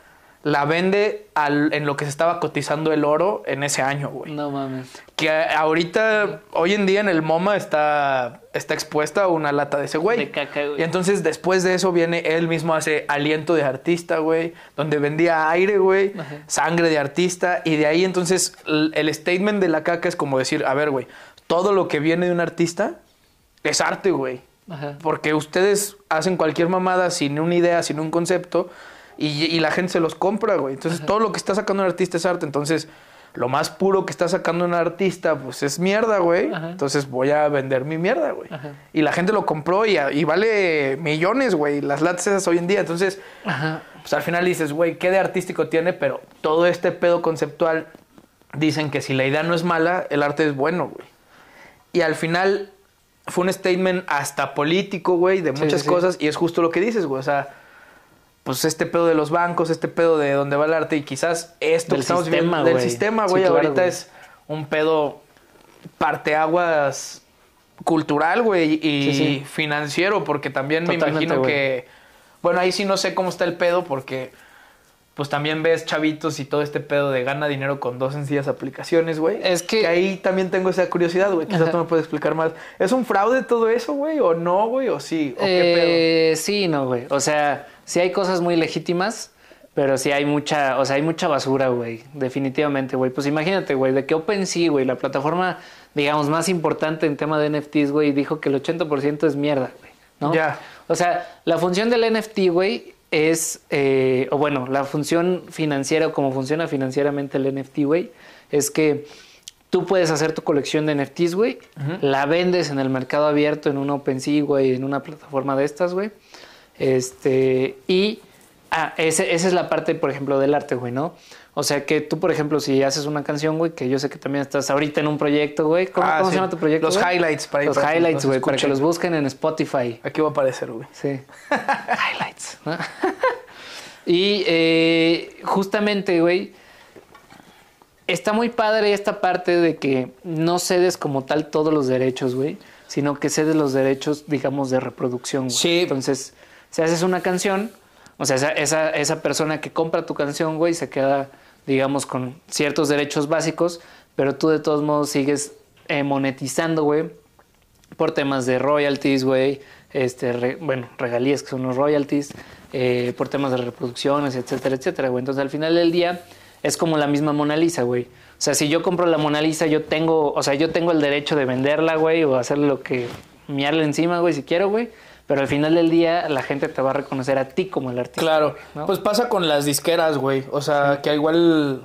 [SPEAKER 2] la vende al, en lo que se estaba cotizando el oro en ese año, güey.
[SPEAKER 1] No mames.
[SPEAKER 2] Que ahorita, hoy en día en el MoMA está, está expuesta una lata de ese güey.
[SPEAKER 1] De caca, güey.
[SPEAKER 2] Y entonces después de eso viene, él mismo hace Aliento de Artista, güey. Donde vendía aire, güey. Sangre de Artista. Y de ahí entonces el, el statement de la caca es como decir, a ver, güey, todo lo que viene de un artista es arte, güey.
[SPEAKER 1] Ajá.
[SPEAKER 2] Porque ustedes hacen cualquier mamada sin una idea, sin un concepto. Y, y la gente se los compra, güey. Entonces, Ajá. todo lo que está sacando un artista es arte. Entonces, lo más puro que está sacando un artista, pues es mierda, güey. Ajá. Entonces, voy a vender mi mierda, güey. Ajá. Y la gente lo compró y, y vale millones, güey. Las latas esas hoy en día. Entonces, Ajá. pues al final dices, güey, ¿qué de artístico tiene? Pero todo este pedo conceptual dicen que si la idea no es mala, el arte es bueno, güey. Y al final fue un statement hasta político, güey, de muchas sí, sí, cosas. Sí. Y es justo lo que dices, güey. O sea, pues este pedo de los bancos, este pedo de dónde va el arte y quizás esto
[SPEAKER 1] del
[SPEAKER 2] que estamos
[SPEAKER 1] sistema,
[SPEAKER 2] viendo del
[SPEAKER 1] güey.
[SPEAKER 2] sistema, güey, sí, ahorita claro, es un pedo parteaguas cultural, güey, y sí, sí. financiero, porque también Totalmente, me imagino güey. que, bueno, ahí sí no sé cómo está el pedo, porque pues también ves chavitos y todo este pedo de gana dinero con dos sencillas aplicaciones, güey.
[SPEAKER 1] Es que...
[SPEAKER 2] que ahí también tengo esa curiosidad, güey. Quizás tú me puedes explicar más. ¿Es un fraude todo eso, güey? ¿O no, güey? ¿O sí? ¿O qué
[SPEAKER 1] eh,
[SPEAKER 2] pedo?
[SPEAKER 1] Sí, no, güey. O sea, sí hay cosas muy legítimas, pero sí hay mucha, o sea, hay mucha basura, güey. Definitivamente, güey. Pues imagínate, güey, de que OpenSea, güey, la plataforma, digamos, más importante en tema de N F Ts, güey, dijo que el ochenta por ciento es mierda, güey, ¿no?
[SPEAKER 2] Ya.
[SPEAKER 1] O sea, la función del N F T, güey, es, eh, o bueno, la función financiera o cómo funciona financieramente el N F T, güey, es que tú puedes hacer tu colección de N F Ts, güey, uh-huh. la vendes en el mercado abierto, en un OpenSea, güey, en una plataforma de estas, güey, este, y, ah, ese, esa es la parte, por ejemplo, del arte, güey, ¿no? O sea, que tú, por ejemplo, si haces una canción, güey, que yo sé que también estás ahorita en un proyecto, güey. ¿Cómo,
[SPEAKER 2] ah,
[SPEAKER 1] ¿cómo
[SPEAKER 2] sí.
[SPEAKER 1] se llama tu proyecto,
[SPEAKER 2] Los
[SPEAKER 1] güey?
[SPEAKER 2] highlights. Para ir
[SPEAKER 1] los
[SPEAKER 2] para
[SPEAKER 1] highlights, güey, para que los busquen en Spotify.
[SPEAKER 2] Aquí va a aparecer, güey.
[SPEAKER 1] Sí. Highlights, ¿no? Y eh, justamente, güey, está muy padre esta parte de que no cedes como tal todos los derechos, güey, sino que cedes los derechos, digamos, de reproducción, güey.
[SPEAKER 2] Sí.
[SPEAKER 1] Entonces, si haces una canción, o sea, esa, esa, esa persona que compra tu canción, güey, se queda, digamos, con ciertos derechos básicos, pero tú de todos modos sigues eh, monetizando, güey, por temas de royalties, güey, este, re, bueno, regalías que son los royalties, eh, por temas de reproducciones, etcétera, etcétera, güey. Entonces, al final del día, es como la misma Mona Lisa, güey. O sea, si yo compro la Mona Lisa, yo tengo, o sea, yo tengo el derecho de venderla, güey, o hacerle lo que, miarle encima, güey, si quiero, güey. Pero al final del día, la gente te va a reconocer a ti como el artista.
[SPEAKER 2] Claro,
[SPEAKER 1] ¿no?
[SPEAKER 2] Pues pasa con las disqueras, güey. O sea, sí. que igual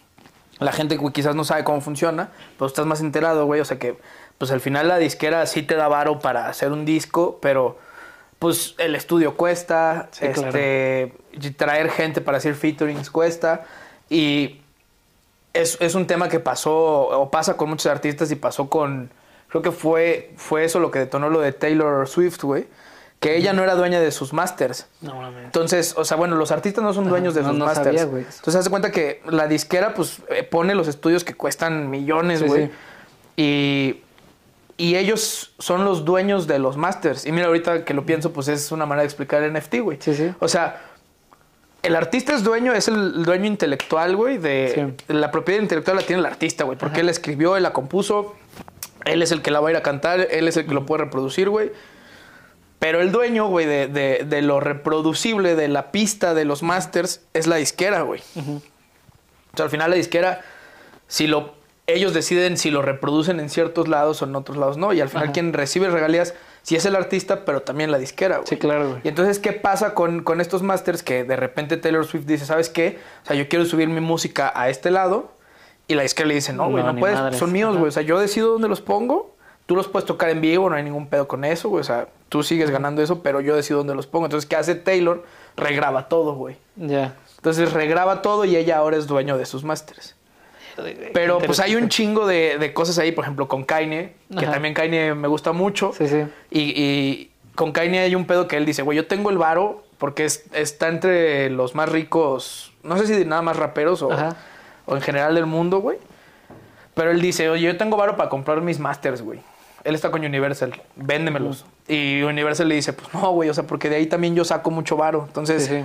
[SPEAKER 2] la gente, güey, quizás no sabe cómo funciona, pero estás más enterado, güey. O sea que, pues al final la disquera sí te da varo para hacer un disco, pero pues el estudio cuesta, sí, este, claro. traer gente para hacer featurings cuesta, y es, es un tema que pasó, o pasa con muchos artistas y pasó con, creo que fue, fue eso lo que detonó lo de Taylor Swift, güey, que ella no era dueña de sus masters.
[SPEAKER 1] No, no,
[SPEAKER 2] Entonces, o sea, bueno, los artistas no son dueños Ajá, de sus no, no masters.
[SPEAKER 1] Sabía, güey.
[SPEAKER 2] Entonces, haz de cuenta que la disquera, pues, pone los estudios que cuestan millones, güey. Sí, sí. Y... Y ellos son los dueños de los masters. Y mira, ahorita que lo pienso, pues es una manera de explicar el N F T, güey.
[SPEAKER 1] Sí, sí.
[SPEAKER 2] O sea, el artista es dueño, es el dueño intelectual, güey. De sí. La propiedad intelectual la tiene el artista, güey. Porque Ajá. él la escribió, él la compuso. Él es el que la va a ir a cantar. Él es el que lo puede reproducir, güey. Pero el dueño, güey, de, de, de lo reproducible, de la pista, de los masters, es la disquera, güey. Uh-huh. O sea, al final la disquera, si lo... ellos deciden si lo reproducen en ciertos lados o en otros lados no. Y al final Ajá. quien recibe regalías sí es el artista, pero también la disquera, güey.
[SPEAKER 1] Sí, claro, güey.
[SPEAKER 2] Y entonces, ¿qué pasa con, con estos masters? Que de repente Taylor Swift dice, ¿sabes qué? O sea, yo quiero subir mi música a este lado. Y la disquera le dice, no, güey, no, no puedes. Madres. Son míos, güey. O sea, yo decido dónde los pongo. Tú los puedes tocar en vivo, no hay ningún pedo con eso, güey. O sea, tú sigues Ajá. ganando eso, pero yo decido dónde los pongo. Entonces, ¿qué hace Taylor? Regraba todo, güey.
[SPEAKER 1] Ya. Yeah.
[SPEAKER 2] Entonces, regraba todo y ella ahora es dueño de sus masters. Pero pues hay un chingo de, de cosas ahí, por ejemplo, con Kanye, que Ajá. también Kanye me gusta mucho.
[SPEAKER 1] Sí, sí.
[SPEAKER 2] Y, y con Kanye hay un pedo que él dice, güey, yo tengo el varo porque es, está entre los más ricos, no sé si nada más raperos o, o en general del mundo, güey. Pero él dice, oye, yo tengo varo para comprar mis masters, güey. Él está con Universal, véndemelos. Uh-huh. Y Universal le dice, pues no, güey, o sea, porque de ahí también yo saco mucho varo. Entonces, sí, sí.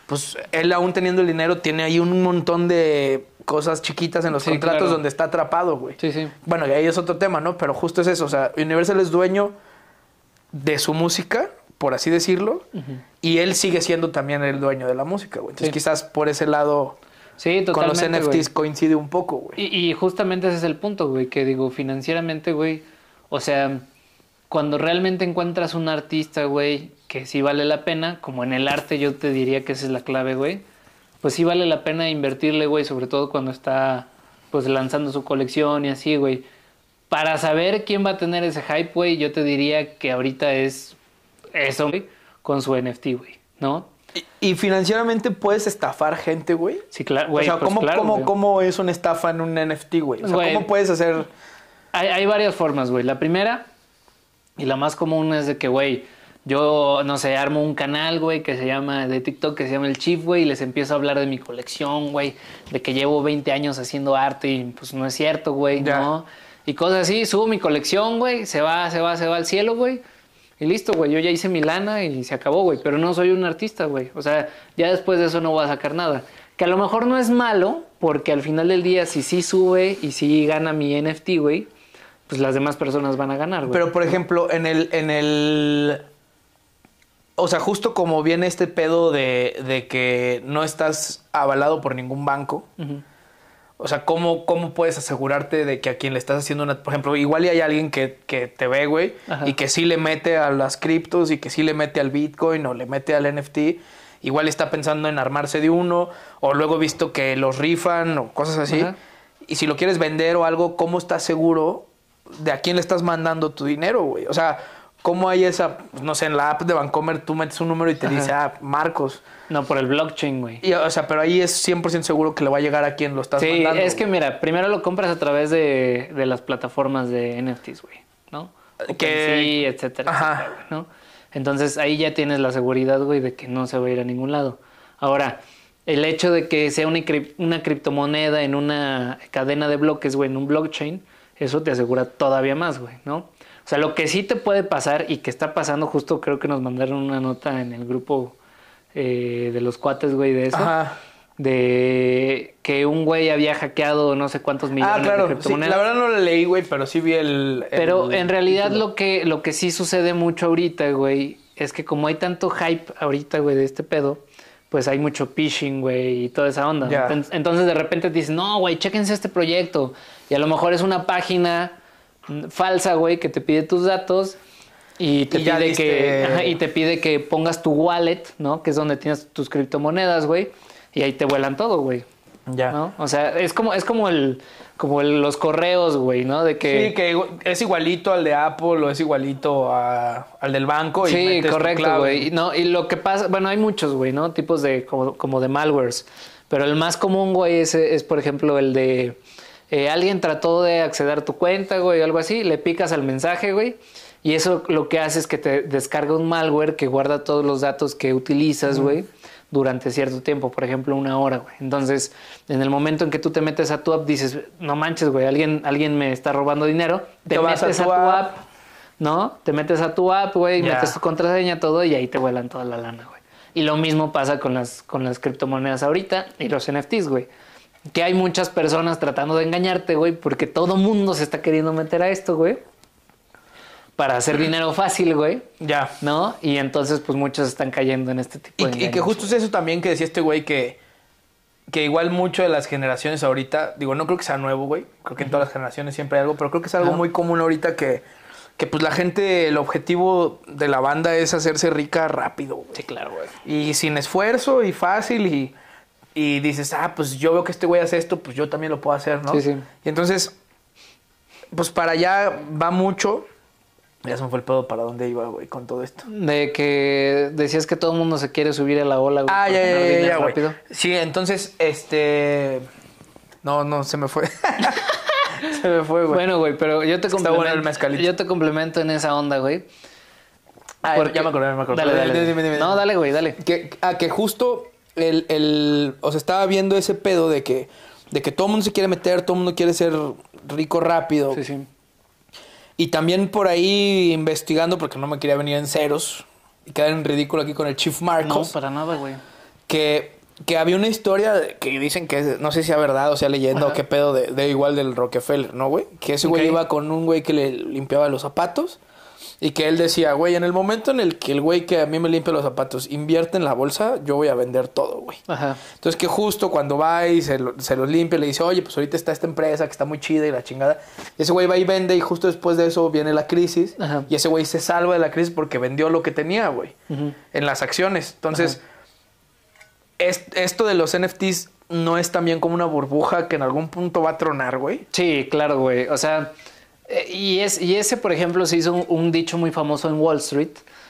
[SPEAKER 2] pues él aún teniendo el dinero tiene ahí un montón de cosas chiquitas en los
[SPEAKER 1] Sí,
[SPEAKER 2] contratos
[SPEAKER 1] claro.
[SPEAKER 2] donde está atrapado, güey.
[SPEAKER 1] Sí, sí.
[SPEAKER 2] Bueno, y ahí es otro tema, ¿no? Pero justo es eso, o sea, Universal es dueño de su música, por así decirlo,
[SPEAKER 1] Ujú.
[SPEAKER 2] y él sigue siendo también el dueño de la música, güey. Entonces
[SPEAKER 1] Sí.
[SPEAKER 2] quizás por ese lado
[SPEAKER 1] Sí,
[SPEAKER 2] con
[SPEAKER 1] totalmente,
[SPEAKER 2] los N F Ts
[SPEAKER 1] güey.
[SPEAKER 2] coincide un poco, güey.
[SPEAKER 1] Y, y justamente ese es el punto, güey, que digo, financieramente, güey, o sea, cuando realmente encuentras un artista, güey, que sí vale la pena, como en el arte yo te diría que esa es la clave, güey, pues sí vale la pena invertirle, güey, sobre todo cuando está, pues, lanzando su colección y así, güey. Para saber quién va a tener ese hype, güey, yo te diría que ahorita es eso, güey, con su N F T, güey, ¿no?
[SPEAKER 2] Y, y financieramente puedes estafar gente, güey.
[SPEAKER 1] Sí, claro, güey,
[SPEAKER 2] O sea,
[SPEAKER 1] pues
[SPEAKER 2] ¿cómo,
[SPEAKER 1] claro,
[SPEAKER 2] cómo,
[SPEAKER 1] güey.
[SPEAKER 2] ¿cómo es una estafa en un N F T, güey? O sea,
[SPEAKER 1] Güey.
[SPEAKER 2] ¿cómo puedes hacer...?
[SPEAKER 1] Hay, hay varias formas, güey. La primera, y la más común es de que, güey, yo, no sé, armo un canal, güey, que se llama, de TikTok, que se llama El Chief, güey, y les empiezo a hablar de mi colección, güey, de que llevo veinte años haciendo arte y pues no es cierto, güey,
[SPEAKER 2] Ya.
[SPEAKER 1] ¿no? Y cosas así, subo mi colección, güey, se va, se va, se va al cielo, güey. Y listo, güey, yo ya hice mi lana y se acabó, güey. Pero no soy un artista, güey. O sea, ya después de eso no voy a sacar nada. Que a lo mejor no es malo, porque al final del día, si sí sube y si gana mi N F T, güey, pues las demás personas van a ganar, güey.
[SPEAKER 2] Pero, por ejemplo, en el... En el... O sea, justo como viene este pedo de, de que no estás avalado por ningún banco.
[SPEAKER 1] Ujú.
[SPEAKER 2] O sea, ¿cómo, ¿cómo puedes asegurarte de que a quien le estás haciendo una... Por ejemplo, igual y hay alguien que, que te ve, güey,
[SPEAKER 1] Ajá.
[SPEAKER 2] y que sí le mete a las criptos y que sí le mete al Bitcoin o le mete al N F T. Igual está pensando en armarse de uno, o luego he visto que los rifan o cosas así.
[SPEAKER 1] Ajá.
[SPEAKER 2] Y si lo quieres vender o algo, ¿cómo estás seguro de a quién le estás mandando tu dinero, güey? O sea, ¿cómo hay esa... No sé, en la app de Bancomer tú metes un número y te
[SPEAKER 1] Ajá.
[SPEAKER 2] dice, ah, Marcos.
[SPEAKER 1] No, por el blockchain, güey.
[SPEAKER 2] Y, o sea, pero ahí es cien por ciento seguro que le va a llegar a quien lo estás
[SPEAKER 1] Sí,
[SPEAKER 2] mandando.
[SPEAKER 1] es que mira, primero lo compras a través de, de las plataformas de N F Ts, güey, ¿no?
[SPEAKER 2] Que-
[SPEAKER 1] Sí, etcétera,
[SPEAKER 2] Ajá.
[SPEAKER 1] etcétera, güey, ¿no? Entonces ahí ya tienes la seguridad, güey, de que no se va a ir a ningún lado. Ahora, el hecho de que sea una, crip- una criptomoneda en una cadena de bloques, güey, en un blockchain, eso te asegura todavía más, güey, ¿no? O sea, lo que sí te puede pasar y que está pasando, justo creo que nos mandaron una nota en el grupo eh, de los cuates, güey, de eso.
[SPEAKER 2] Ajá.
[SPEAKER 1] De que un güey había hackeado no sé cuántos millones
[SPEAKER 2] Ah, claro.
[SPEAKER 1] de
[SPEAKER 2] Sí,
[SPEAKER 1] criptomonedas.
[SPEAKER 2] la verdad no lo leí, güey, pero sí vi el... el
[SPEAKER 1] Pero en realidad
[SPEAKER 2] título.
[SPEAKER 1] lo que, lo que sí sucede mucho ahorita, güey, es que como hay tanto hype ahorita, güey, de este pedo, pues hay mucho phishing, güey, y toda esa onda.
[SPEAKER 2] Ya.
[SPEAKER 1] Entonces, entonces de repente te dicen, no, güey, chéquense este proyecto. Y a lo mejor es una página mm, falsa, güey, que te pide tus datos y te
[SPEAKER 2] Y ya
[SPEAKER 1] pide
[SPEAKER 2] diste-
[SPEAKER 1] que ajá, y te pide que pongas tu wallet, ¿no? Que es donde tienes tus criptomonedas, güey, y ahí te vuelan todo, güey.
[SPEAKER 2] Ya.
[SPEAKER 1] ¿No? O sea, es como, es como el, como el- los correos, güey, ¿no? De que.
[SPEAKER 2] Sí, que igu- es igualito al de Apple o es igualito a- al del banco. Y
[SPEAKER 1] Sí,
[SPEAKER 2] metes tu
[SPEAKER 1] correcto,
[SPEAKER 2] clave.
[SPEAKER 1] güey. No, y lo que pasa, bueno, hay muchos, güey, ¿no? Tipos de, como, como de malwares. Pero el más común, güey, es, es por ejemplo, el de eh, alguien trató de acceder a tu cuenta, güey, o algo así, le picas al mensaje, güey. Y eso lo que hace es que te descarga un malware que guarda todos los datos que utilizas, güey, durante cierto tiempo, por ejemplo, una hora, güey. Entonces, en el momento en que tú te metes a tu app, dices, no manches, güey, alguien, alguien me está robando dinero. Te,
[SPEAKER 2] Te vas
[SPEAKER 1] metes
[SPEAKER 2] a
[SPEAKER 1] a
[SPEAKER 2] tu
[SPEAKER 1] tu
[SPEAKER 2] app.
[SPEAKER 1] app, ¿no? Te metes a tu app, güey,
[SPEAKER 2] Ya.
[SPEAKER 1] metes tu contraseña, todo, y ahí te vuelan toda la lana, güey. Y lo mismo pasa con las, con las criptomonedas ahorita y los N F Ts, güey. Que hay muchas personas tratando de engañarte, güey, porque todo mundo se está queriendo meter a esto, güey. Para hacer dinero fácil, güey.
[SPEAKER 2] Ya.
[SPEAKER 1] ¿No? Y entonces, pues muchos están cayendo en este tipo
[SPEAKER 2] Y,
[SPEAKER 1] de
[SPEAKER 2] y que
[SPEAKER 1] engaños.
[SPEAKER 2] justo es eso también que decía este güey que, que igual mucho de las generaciones ahorita, digo, no creo que sea nuevo, güey. Creo que en todas las generaciones siempre hay algo, pero creo que es algo
[SPEAKER 1] Ajá.
[SPEAKER 2] muy común ahorita que, que pues la gente, el objetivo de la banda es hacerse rica rápido, güey.
[SPEAKER 1] Sí, claro, güey.
[SPEAKER 2] Y sin esfuerzo y fácil y, y dices, ah, pues yo veo que este güey hace esto, pues yo también lo puedo hacer, ¿no?
[SPEAKER 1] Sí, sí.
[SPEAKER 2] Y entonces, pues para allá va mucho. Ya se me fue el pedo para dónde iba, güey, con todo esto.
[SPEAKER 1] De que decías que todo el mundo se quiere subir a la ola, güey.
[SPEAKER 2] Ah,
[SPEAKER 1] para
[SPEAKER 2] ya, ya,
[SPEAKER 1] ganar
[SPEAKER 2] ya,
[SPEAKER 1] dinero
[SPEAKER 2] ya, güey.
[SPEAKER 1] rápido.
[SPEAKER 2] Sí, entonces, este... No, no, se me fue. Se me fue, güey.
[SPEAKER 1] Bueno, güey, pero yo te
[SPEAKER 2] Está bueno el
[SPEAKER 1] complemento.
[SPEAKER 2] mezcalito.
[SPEAKER 1] Yo te complemento en esa onda, güey.
[SPEAKER 2] Ah,
[SPEAKER 1] Porque-
[SPEAKER 2] ya me acordé, ya me acordé.
[SPEAKER 1] Dale, dale.
[SPEAKER 2] Dime, dime, dime.
[SPEAKER 1] No, dale, güey, dale.
[SPEAKER 2] Que, ah, que justo el, el... O sea, estaba viendo ese pedo de que, de que todo el mundo se quiere meter, todo el mundo quiere ser rico rápido.
[SPEAKER 1] Sí, sí.
[SPEAKER 2] Y también por ahí investigando, porque no me quería venir en ceros y quedar en ridículo aquí con el Chief
[SPEAKER 1] No,
[SPEAKER 2] Marcos,
[SPEAKER 1] para nada, güey.
[SPEAKER 2] que, que había una historia que dicen que no sé si es verdad o sea leyenda Ajá. o qué pedo de, de igual del Rockefeller, ¿no, güey? Que ese güey okay. iba con un güey que le limpiaba los zapatos y que él decía, güey, en el momento en el que el güey que a mí me limpia los zapatos invierte en la bolsa, yo voy a vender todo, güey. Ajá. Entonces que justo cuando va y se, lo, se los limpia, le dice, oye, pues ahorita está esta empresa que está muy chida y la chingada. Y ese güey va y vende y justo después de eso viene la crisis. Ajá. Y ese güey se salva de la crisis porque vendió lo que tenía, güey, uh-huh. en las acciones. Entonces, es, esto de los N F Ts no es también como una burbuja que en algún punto va a tronar, güey.
[SPEAKER 1] Sí, claro, güey. O sea... Y, es, y ese, por ejemplo, se hizo un, un dicho muy famoso en Wall Street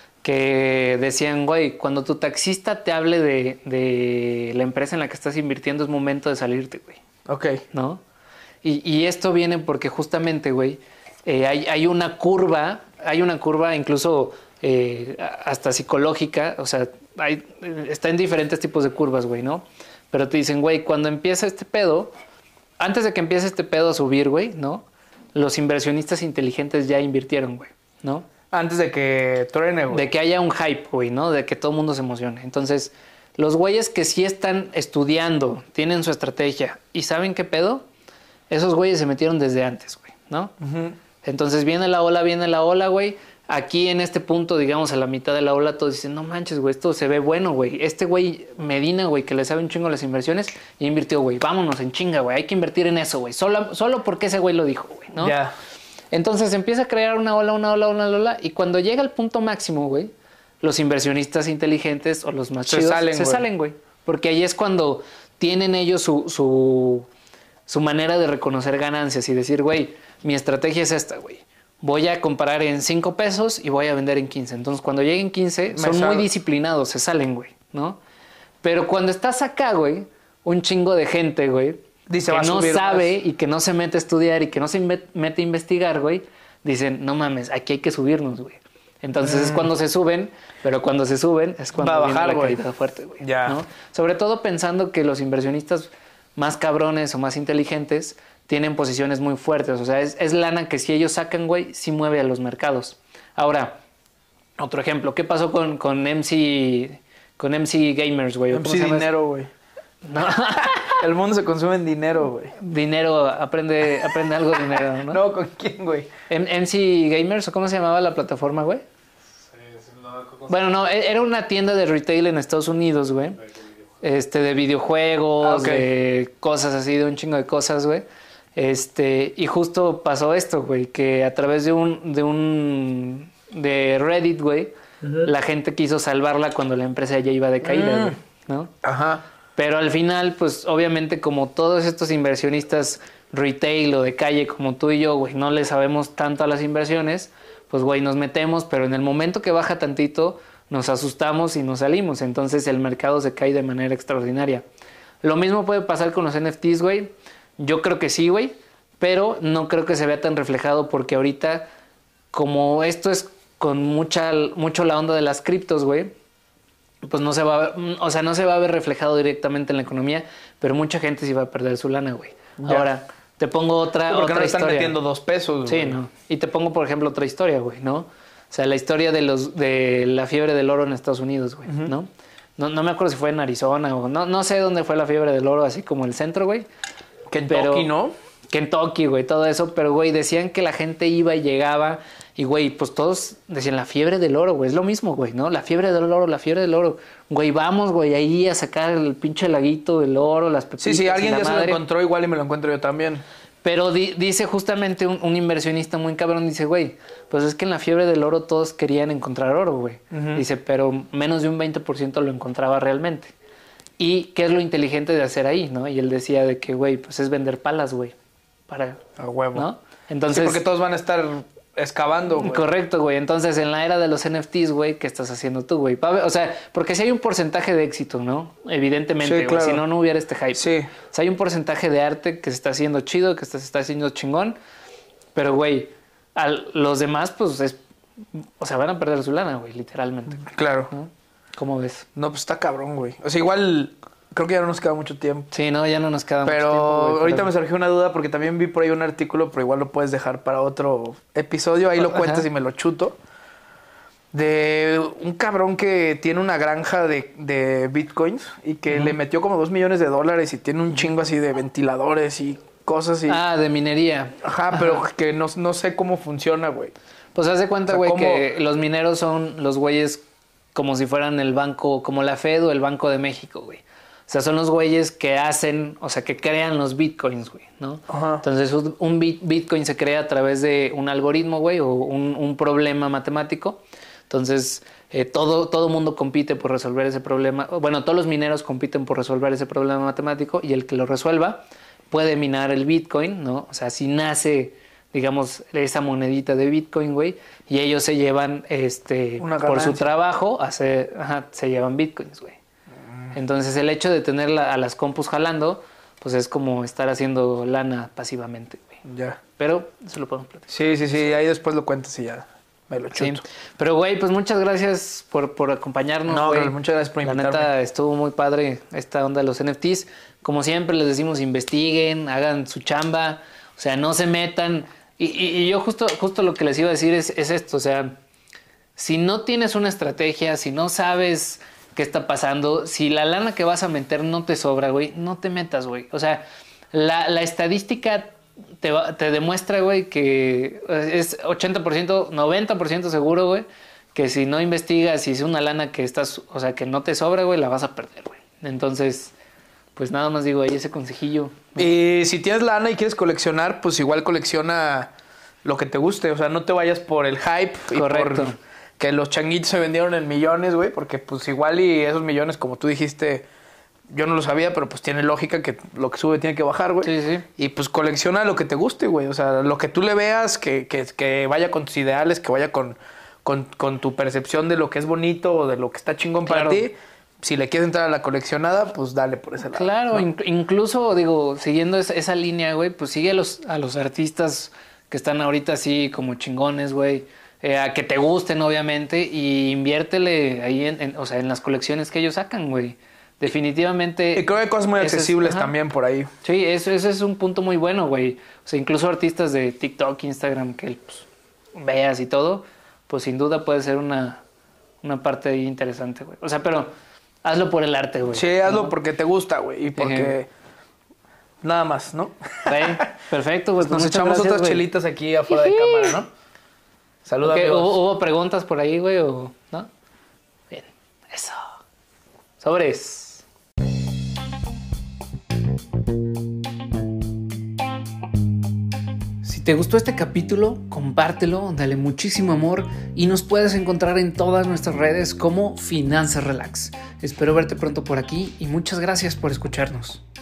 [SPEAKER 1] que decían, güey, cuando tu taxista te hable de, de la empresa en la que estás invirtiendo es momento de salirte, güey.
[SPEAKER 2] Ok.
[SPEAKER 1] ¿No? Y, y esto viene porque justamente, güey, eh, hay, hay una curva, hay una curva incluso eh, hasta psicológica, o sea, hay, está en diferentes tipos de curvas, güey, ¿no? Pero te dicen, güey, cuando empieza este pedo, antes de que empiece este pedo a subir, güey, ¿no? Los inversionistas inteligentes ya invirtieron, güey, ¿no?
[SPEAKER 2] Antes de que truene, güey.
[SPEAKER 1] De que haya un hype, güey, ¿no? De que todo el mundo se emocione. Entonces, los güeyes que sí están estudiando, tienen su estrategia y saben qué pedo, esos güeyes se metieron desde antes, güey, ¿no? Uh-huh. Entonces, viene la ola, viene la ola, güey. Aquí en este punto, digamos, a la mitad de la ola, todos dicen, no manches, güey, esto se ve bueno, güey. Este güey Medina, güey, que le sabe un chingo las inversiones, y invirtió, güey. Vámonos en chinga, güey. Hay que invertir en eso, güey. Solo, solo porque ese güey lo dijo, güey, ¿no?
[SPEAKER 2] Ya.
[SPEAKER 1] Entonces empieza a crear una ola, una ola, una ola, y cuando llega al punto máximo, güey, los inversionistas inteligentes o los más
[SPEAKER 2] se
[SPEAKER 1] chidos
[SPEAKER 2] salen,
[SPEAKER 1] se
[SPEAKER 2] güey.
[SPEAKER 1] salen, güey. Porque ahí es cuando tienen ellos su, su, su manera de reconocer ganancias y decir, güey, mi estrategia es esta, güey. Voy a comprar en cinco pesos y voy a vender en quince. Entonces, cuando lleguen quince, son muy disciplinados, se salen, güey, ¿no? Pero cuando estás acá, güey, un chingo de gente, güey,
[SPEAKER 2] dice,
[SPEAKER 1] que
[SPEAKER 2] va
[SPEAKER 1] no
[SPEAKER 2] a subir
[SPEAKER 1] sabe
[SPEAKER 2] más.
[SPEAKER 1] Y que no se mete a estudiar y que no se mete a investigar, güey, dicen, no mames, aquí hay que subirnos, güey. Entonces mm. es cuando se suben, pero cuando se suben es cuando
[SPEAKER 2] va a
[SPEAKER 1] viene
[SPEAKER 2] bajar,
[SPEAKER 1] la
[SPEAKER 2] güey.
[SPEAKER 1] caída fuerte, güey.
[SPEAKER 2] Ya.
[SPEAKER 1] ¿No? Sobre todo pensando que los inversionistas más cabrones o más inteligentes tienen posiciones muy fuertes. O sea, es, es lana que si ellos sacan, güey, sí mueve a los mercados. Ahora, otro ejemplo. ¿Qué pasó con, con M C con M C Gamers, güey?
[SPEAKER 2] M C Dinero, güey.
[SPEAKER 1] No.
[SPEAKER 2] El mundo se consume en dinero, güey.
[SPEAKER 1] Dinero, aprende, aprende algo de dinero, ¿no?
[SPEAKER 2] No, ¿con quién, güey?
[SPEAKER 1] ¿M C Gamers o cómo se llamaba la plataforma, güey? Sí, sí, no, bueno, no, era una tienda de retail en Estados Unidos, güey. Este, de videojuegos, ah, okay. de cosas así, de un chingo de cosas, güey. Este, y justo pasó esto, güey, que a través de un, de un, de Reddit, güey, uh-huh. la gente quiso salvarla cuando la empresa ya iba de caída, güey, uh-huh. ¿no?
[SPEAKER 2] Ajá.
[SPEAKER 1] Pero al final, pues, obviamente, como todos estos inversionistas retail o de calle, como tú y yo, güey, no le sabemos tanto a las inversiones, pues, güey, nos metemos, pero en el momento que baja tantito, nos asustamos y nos salimos. Entonces, el mercado se cae de manera extraordinaria. Lo mismo puede pasar con los N F Ts, güey. Yo creo que sí, güey, pero no creo que se vea tan reflejado porque ahorita, como esto es con mucha, mucho la onda de las criptos, güey, pues no se va a ver, o sea, no se va a ver reflejado directamente en la economía, pero mucha gente sí va a perder su lana, güey. Ya. Ahora, te pongo otra,
[SPEAKER 2] sí, porque
[SPEAKER 1] otra
[SPEAKER 2] no le
[SPEAKER 1] historia.
[SPEAKER 2] están metiendo dos pesos,
[SPEAKER 1] sí,
[SPEAKER 2] güey.
[SPEAKER 1] ¿no? Y te pongo, por ejemplo, otra historia, güey, ¿no? O sea, la historia de los de la fiebre del oro en Estados Unidos, güey, uh-huh. ¿no? ¿no? No me acuerdo si fue en Arizona o no, no sé dónde fue la fiebre del oro, así como el centro, güey.
[SPEAKER 2] Kentucky, ¿no?
[SPEAKER 1] Kentucky, güey, todo eso. Pero, güey, decían que la gente iba y llegaba. Y, güey, pues todos decían la fiebre del oro, güey. Es lo mismo, güey, ¿no? La fiebre del oro, la fiebre del oro. Güey, vamos, güey, ahí a sacar el pinche laguito del oro, las pepitas.
[SPEAKER 2] Sí, sí, alguien ya
[SPEAKER 1] madre.
[SPEAKER 2] se lo encontró igual y me lo encuentro yo también.
[SPEAKER 1] Pero di, dice justamente un, un inversionista muy cabrón, dice, güey, pues es que en la fiebre del oro todos querían encontrar oro, güey. Uh-huh. Dice, pero menos de un veinte por ciento lo encontraba realmente. ¿Y qué es lo inteligente de hacer ahí, no? Y él decía de que, güey, pues es vender palas, güey. Para...
[SPEAKER 2] A huevo.
[SPEAKER 1] ¿no? Entonces...
[SPEAKER 2] Sí, porque todos van a estar excavando, güey.
[SPEAKER 1] Correcto, güey. Entonces, en la era de los N F Ts, güey, ¿qué estás haciendo tú, güey? O sea, porque si hay un porcentaje de éxito, ¿no? Evidentemente,
[SPEAKER 2] sí, claro.
[SPEAKER 1] Si no, no hubiera este hype.
[SPEAKER 2] Sí.
[SPEAKER 1] O sea, hay un porcentaje de arte que se está haciendo chido, que se está haciendo chingón. Pero, güey, a los demás, pues, es... O sea, van a perder su lana, güey, literalmente.
[SPEAKER 2] Claro.
[SPEAKER 1] ¿No? ¿Cómo ves?
[SPEAKER 2] No, pues está cabrón, güey. O sea, igual... Creo que ya no nos queda mucho tiempo.
[SPEAKER 1] Sí, no, ya no nos queda
[SPEAKER 2] pero
[SPEAKER 1] mucho tiempo.
[SPEAKER 2] Pero ahorita pero... me surgió una duda porque también vi por ahí un artículo, pero igual lo puedes dejar para otro episodio. Ahí lo cuentas Ajá. y me lo chuto. De un cabrón que tiene una granja de, de bitcoins y que uh-huh. le metió como dos millones de dólares y tiene un chingo así de ventiladores y cosas así.
[SPEAKER 1] Ah, de minería.
[SPEAKER 2] Ajá, Ajá. pero que no, no sé cómo funciona, güey.
[SPEAKER 1] Pues haz de cuenta, güey, o sea, que los mineros son los güeyes como si fueran el banco, como la Fed o el Banco de México, güey. O sea, son los güeyes que hacen, o sea, que crean los bitcoins, güey, ¿no? Ajá. Entonces, un bit, bitcoin se crea a través de un algoritmo, güey, o un, un problema matemático. Entonces, eh, todo todo mundo compite por resolver ese problema. Bueno, todos los mineros compiten por resolver ese problema matemático y el que lo resuelva puede minar el bitcoin, ¿no? O sea, si nace, digamos, esa monedita de bitcoin, güey, y ellos se llevan, este, por su trabajo, hace, ajá, se llevan bitcoins, güey. Entonces, el hecho de tener la, a las compus jalando, pues es como estar haciendo lana pasivamente, güey.
[SPEAKER 2] Ya.
[SPEAKER 1] Pero eso lo podemos platicar.
[SPEAKER 2] Sí, sí, sí. Ahí después lo cuentas y ya me lo chuto.
[SPEAKER 1] Sí. Pero, güey, pues muchas gracias por, por acompañarnos,
[SPEAKER 2] no,
[SPEAKER 1] güey.
[SPEAKER 2] Muchas gracias por invitarme.
[SPEAKER 1] La neta, estuvo muy padre esta onda de los N F Ts. Como siempre les decimos, investiguen, hagan su chamba. O sea, no se metan. Y, y, y yo justo, justo lo que les iba a decir es, es esto. O sea, si no tienes una estrategia, si no sabes qué está pasando, si la lana que vas a meter no te sobra, güey, no te metas, güey. O sea, la, la estadística te, va, te demuestra, güey, que es ochenta por ciento, noventa por ciento seguro, güey, que si no investigas, si es una lana que estás, o sea, que no te sobra, güey, la vas a perder, güey. Entonces, pues nada más digo ahí ese consejillo, ¿no?
[SPEAKER 2] Y si tienes lana y quieres coleccionar, pues igual colecciona lo que te guste. O sea, no te vayas por el hype.
[SPEAKER 1] Correcto.
[SPEAKER 2] Y por que los changuitos se vendieron en millones, güey, porque pues igual y esos millones, como tú dijiste, yo no lo sabía, pero pues tiene lógica que lo que sube tiene que bajar, güey.
[SPEAKER 1] Sí, sí.
[SPEAKER 2] Y pues colecciona lo que te guste, güey. O sea, lo que tú le veas, que, que, que vaya con tus ideales, que vaya con, con, con tu percepción de lo que es bonito o de lo que está chingón
[SPEAKER 1] Claro.
[SPEAKER 2] para ti. Si le quieres entrar a la coleccionada, pues dale por ese lado.
[SPEAKER 1] Claro,
[SPEAKER 2] ¿no?
[SPEAKER 1] in- incluso, digo, siguiendo esa, esa línea, güey, pues sigue a los, a los artistas que están ahorita así como chingones, güey. Eh, a que te gusten, obviamente, y inviértele ahí en, en, o sea, en las colecciones que ellos sacan, güey. Definitivamente.
[SPEAKER 2] Y creo que hay cosas muy accesibles
[SPEAKER 1] es,
[SPEAKER 2] también por ahí.
[SPEAKER 1] Sí, eso, eso es un punto muy bueno, güey. O sea, incluso artistas de TikTok, Instagram, que pues, veas y todo, pues sin duda puede ser una, una parte ahí interesante, güey. O sea, pero hazlo por el arte, güey.
[SPEAKER 2] Sí, hazlo
[SPEAKER 1] ¿no?
[SPEAKER 2] porque te gusta, güey, y porque
[SPEAKER 1] Ejé.
[SPEAKER 2] nada más, ¿no?
[SPEAKER 1] Sí, perfecto, pues
[SPEAKER 2] Nos
[SPEAKER 1] muchas
[SPEAKER 2] echamos
[SPEAKER 1] gracias,
[SPEAKER 2] otras
[SPEAKER 1] güey.
[SPEAKER 2] chelitas aquí afuera de cámara, ¿no? Saludos,
[SPEAKER 1] Okay,
[SPEAKER 2] amigos.
[SPEAKER 1] ¿hubo, ¿Hubo preguntas por ahí, güey? ¿O no? Bien, eso. Sobres. Si te gustó este capítulo, compártelo, dale muchísimo amor y nos puedes encontrar en todas nuestras redes como Finanzas Relax. Espero verte pronto por aquí y muchas gracias por escucharnos.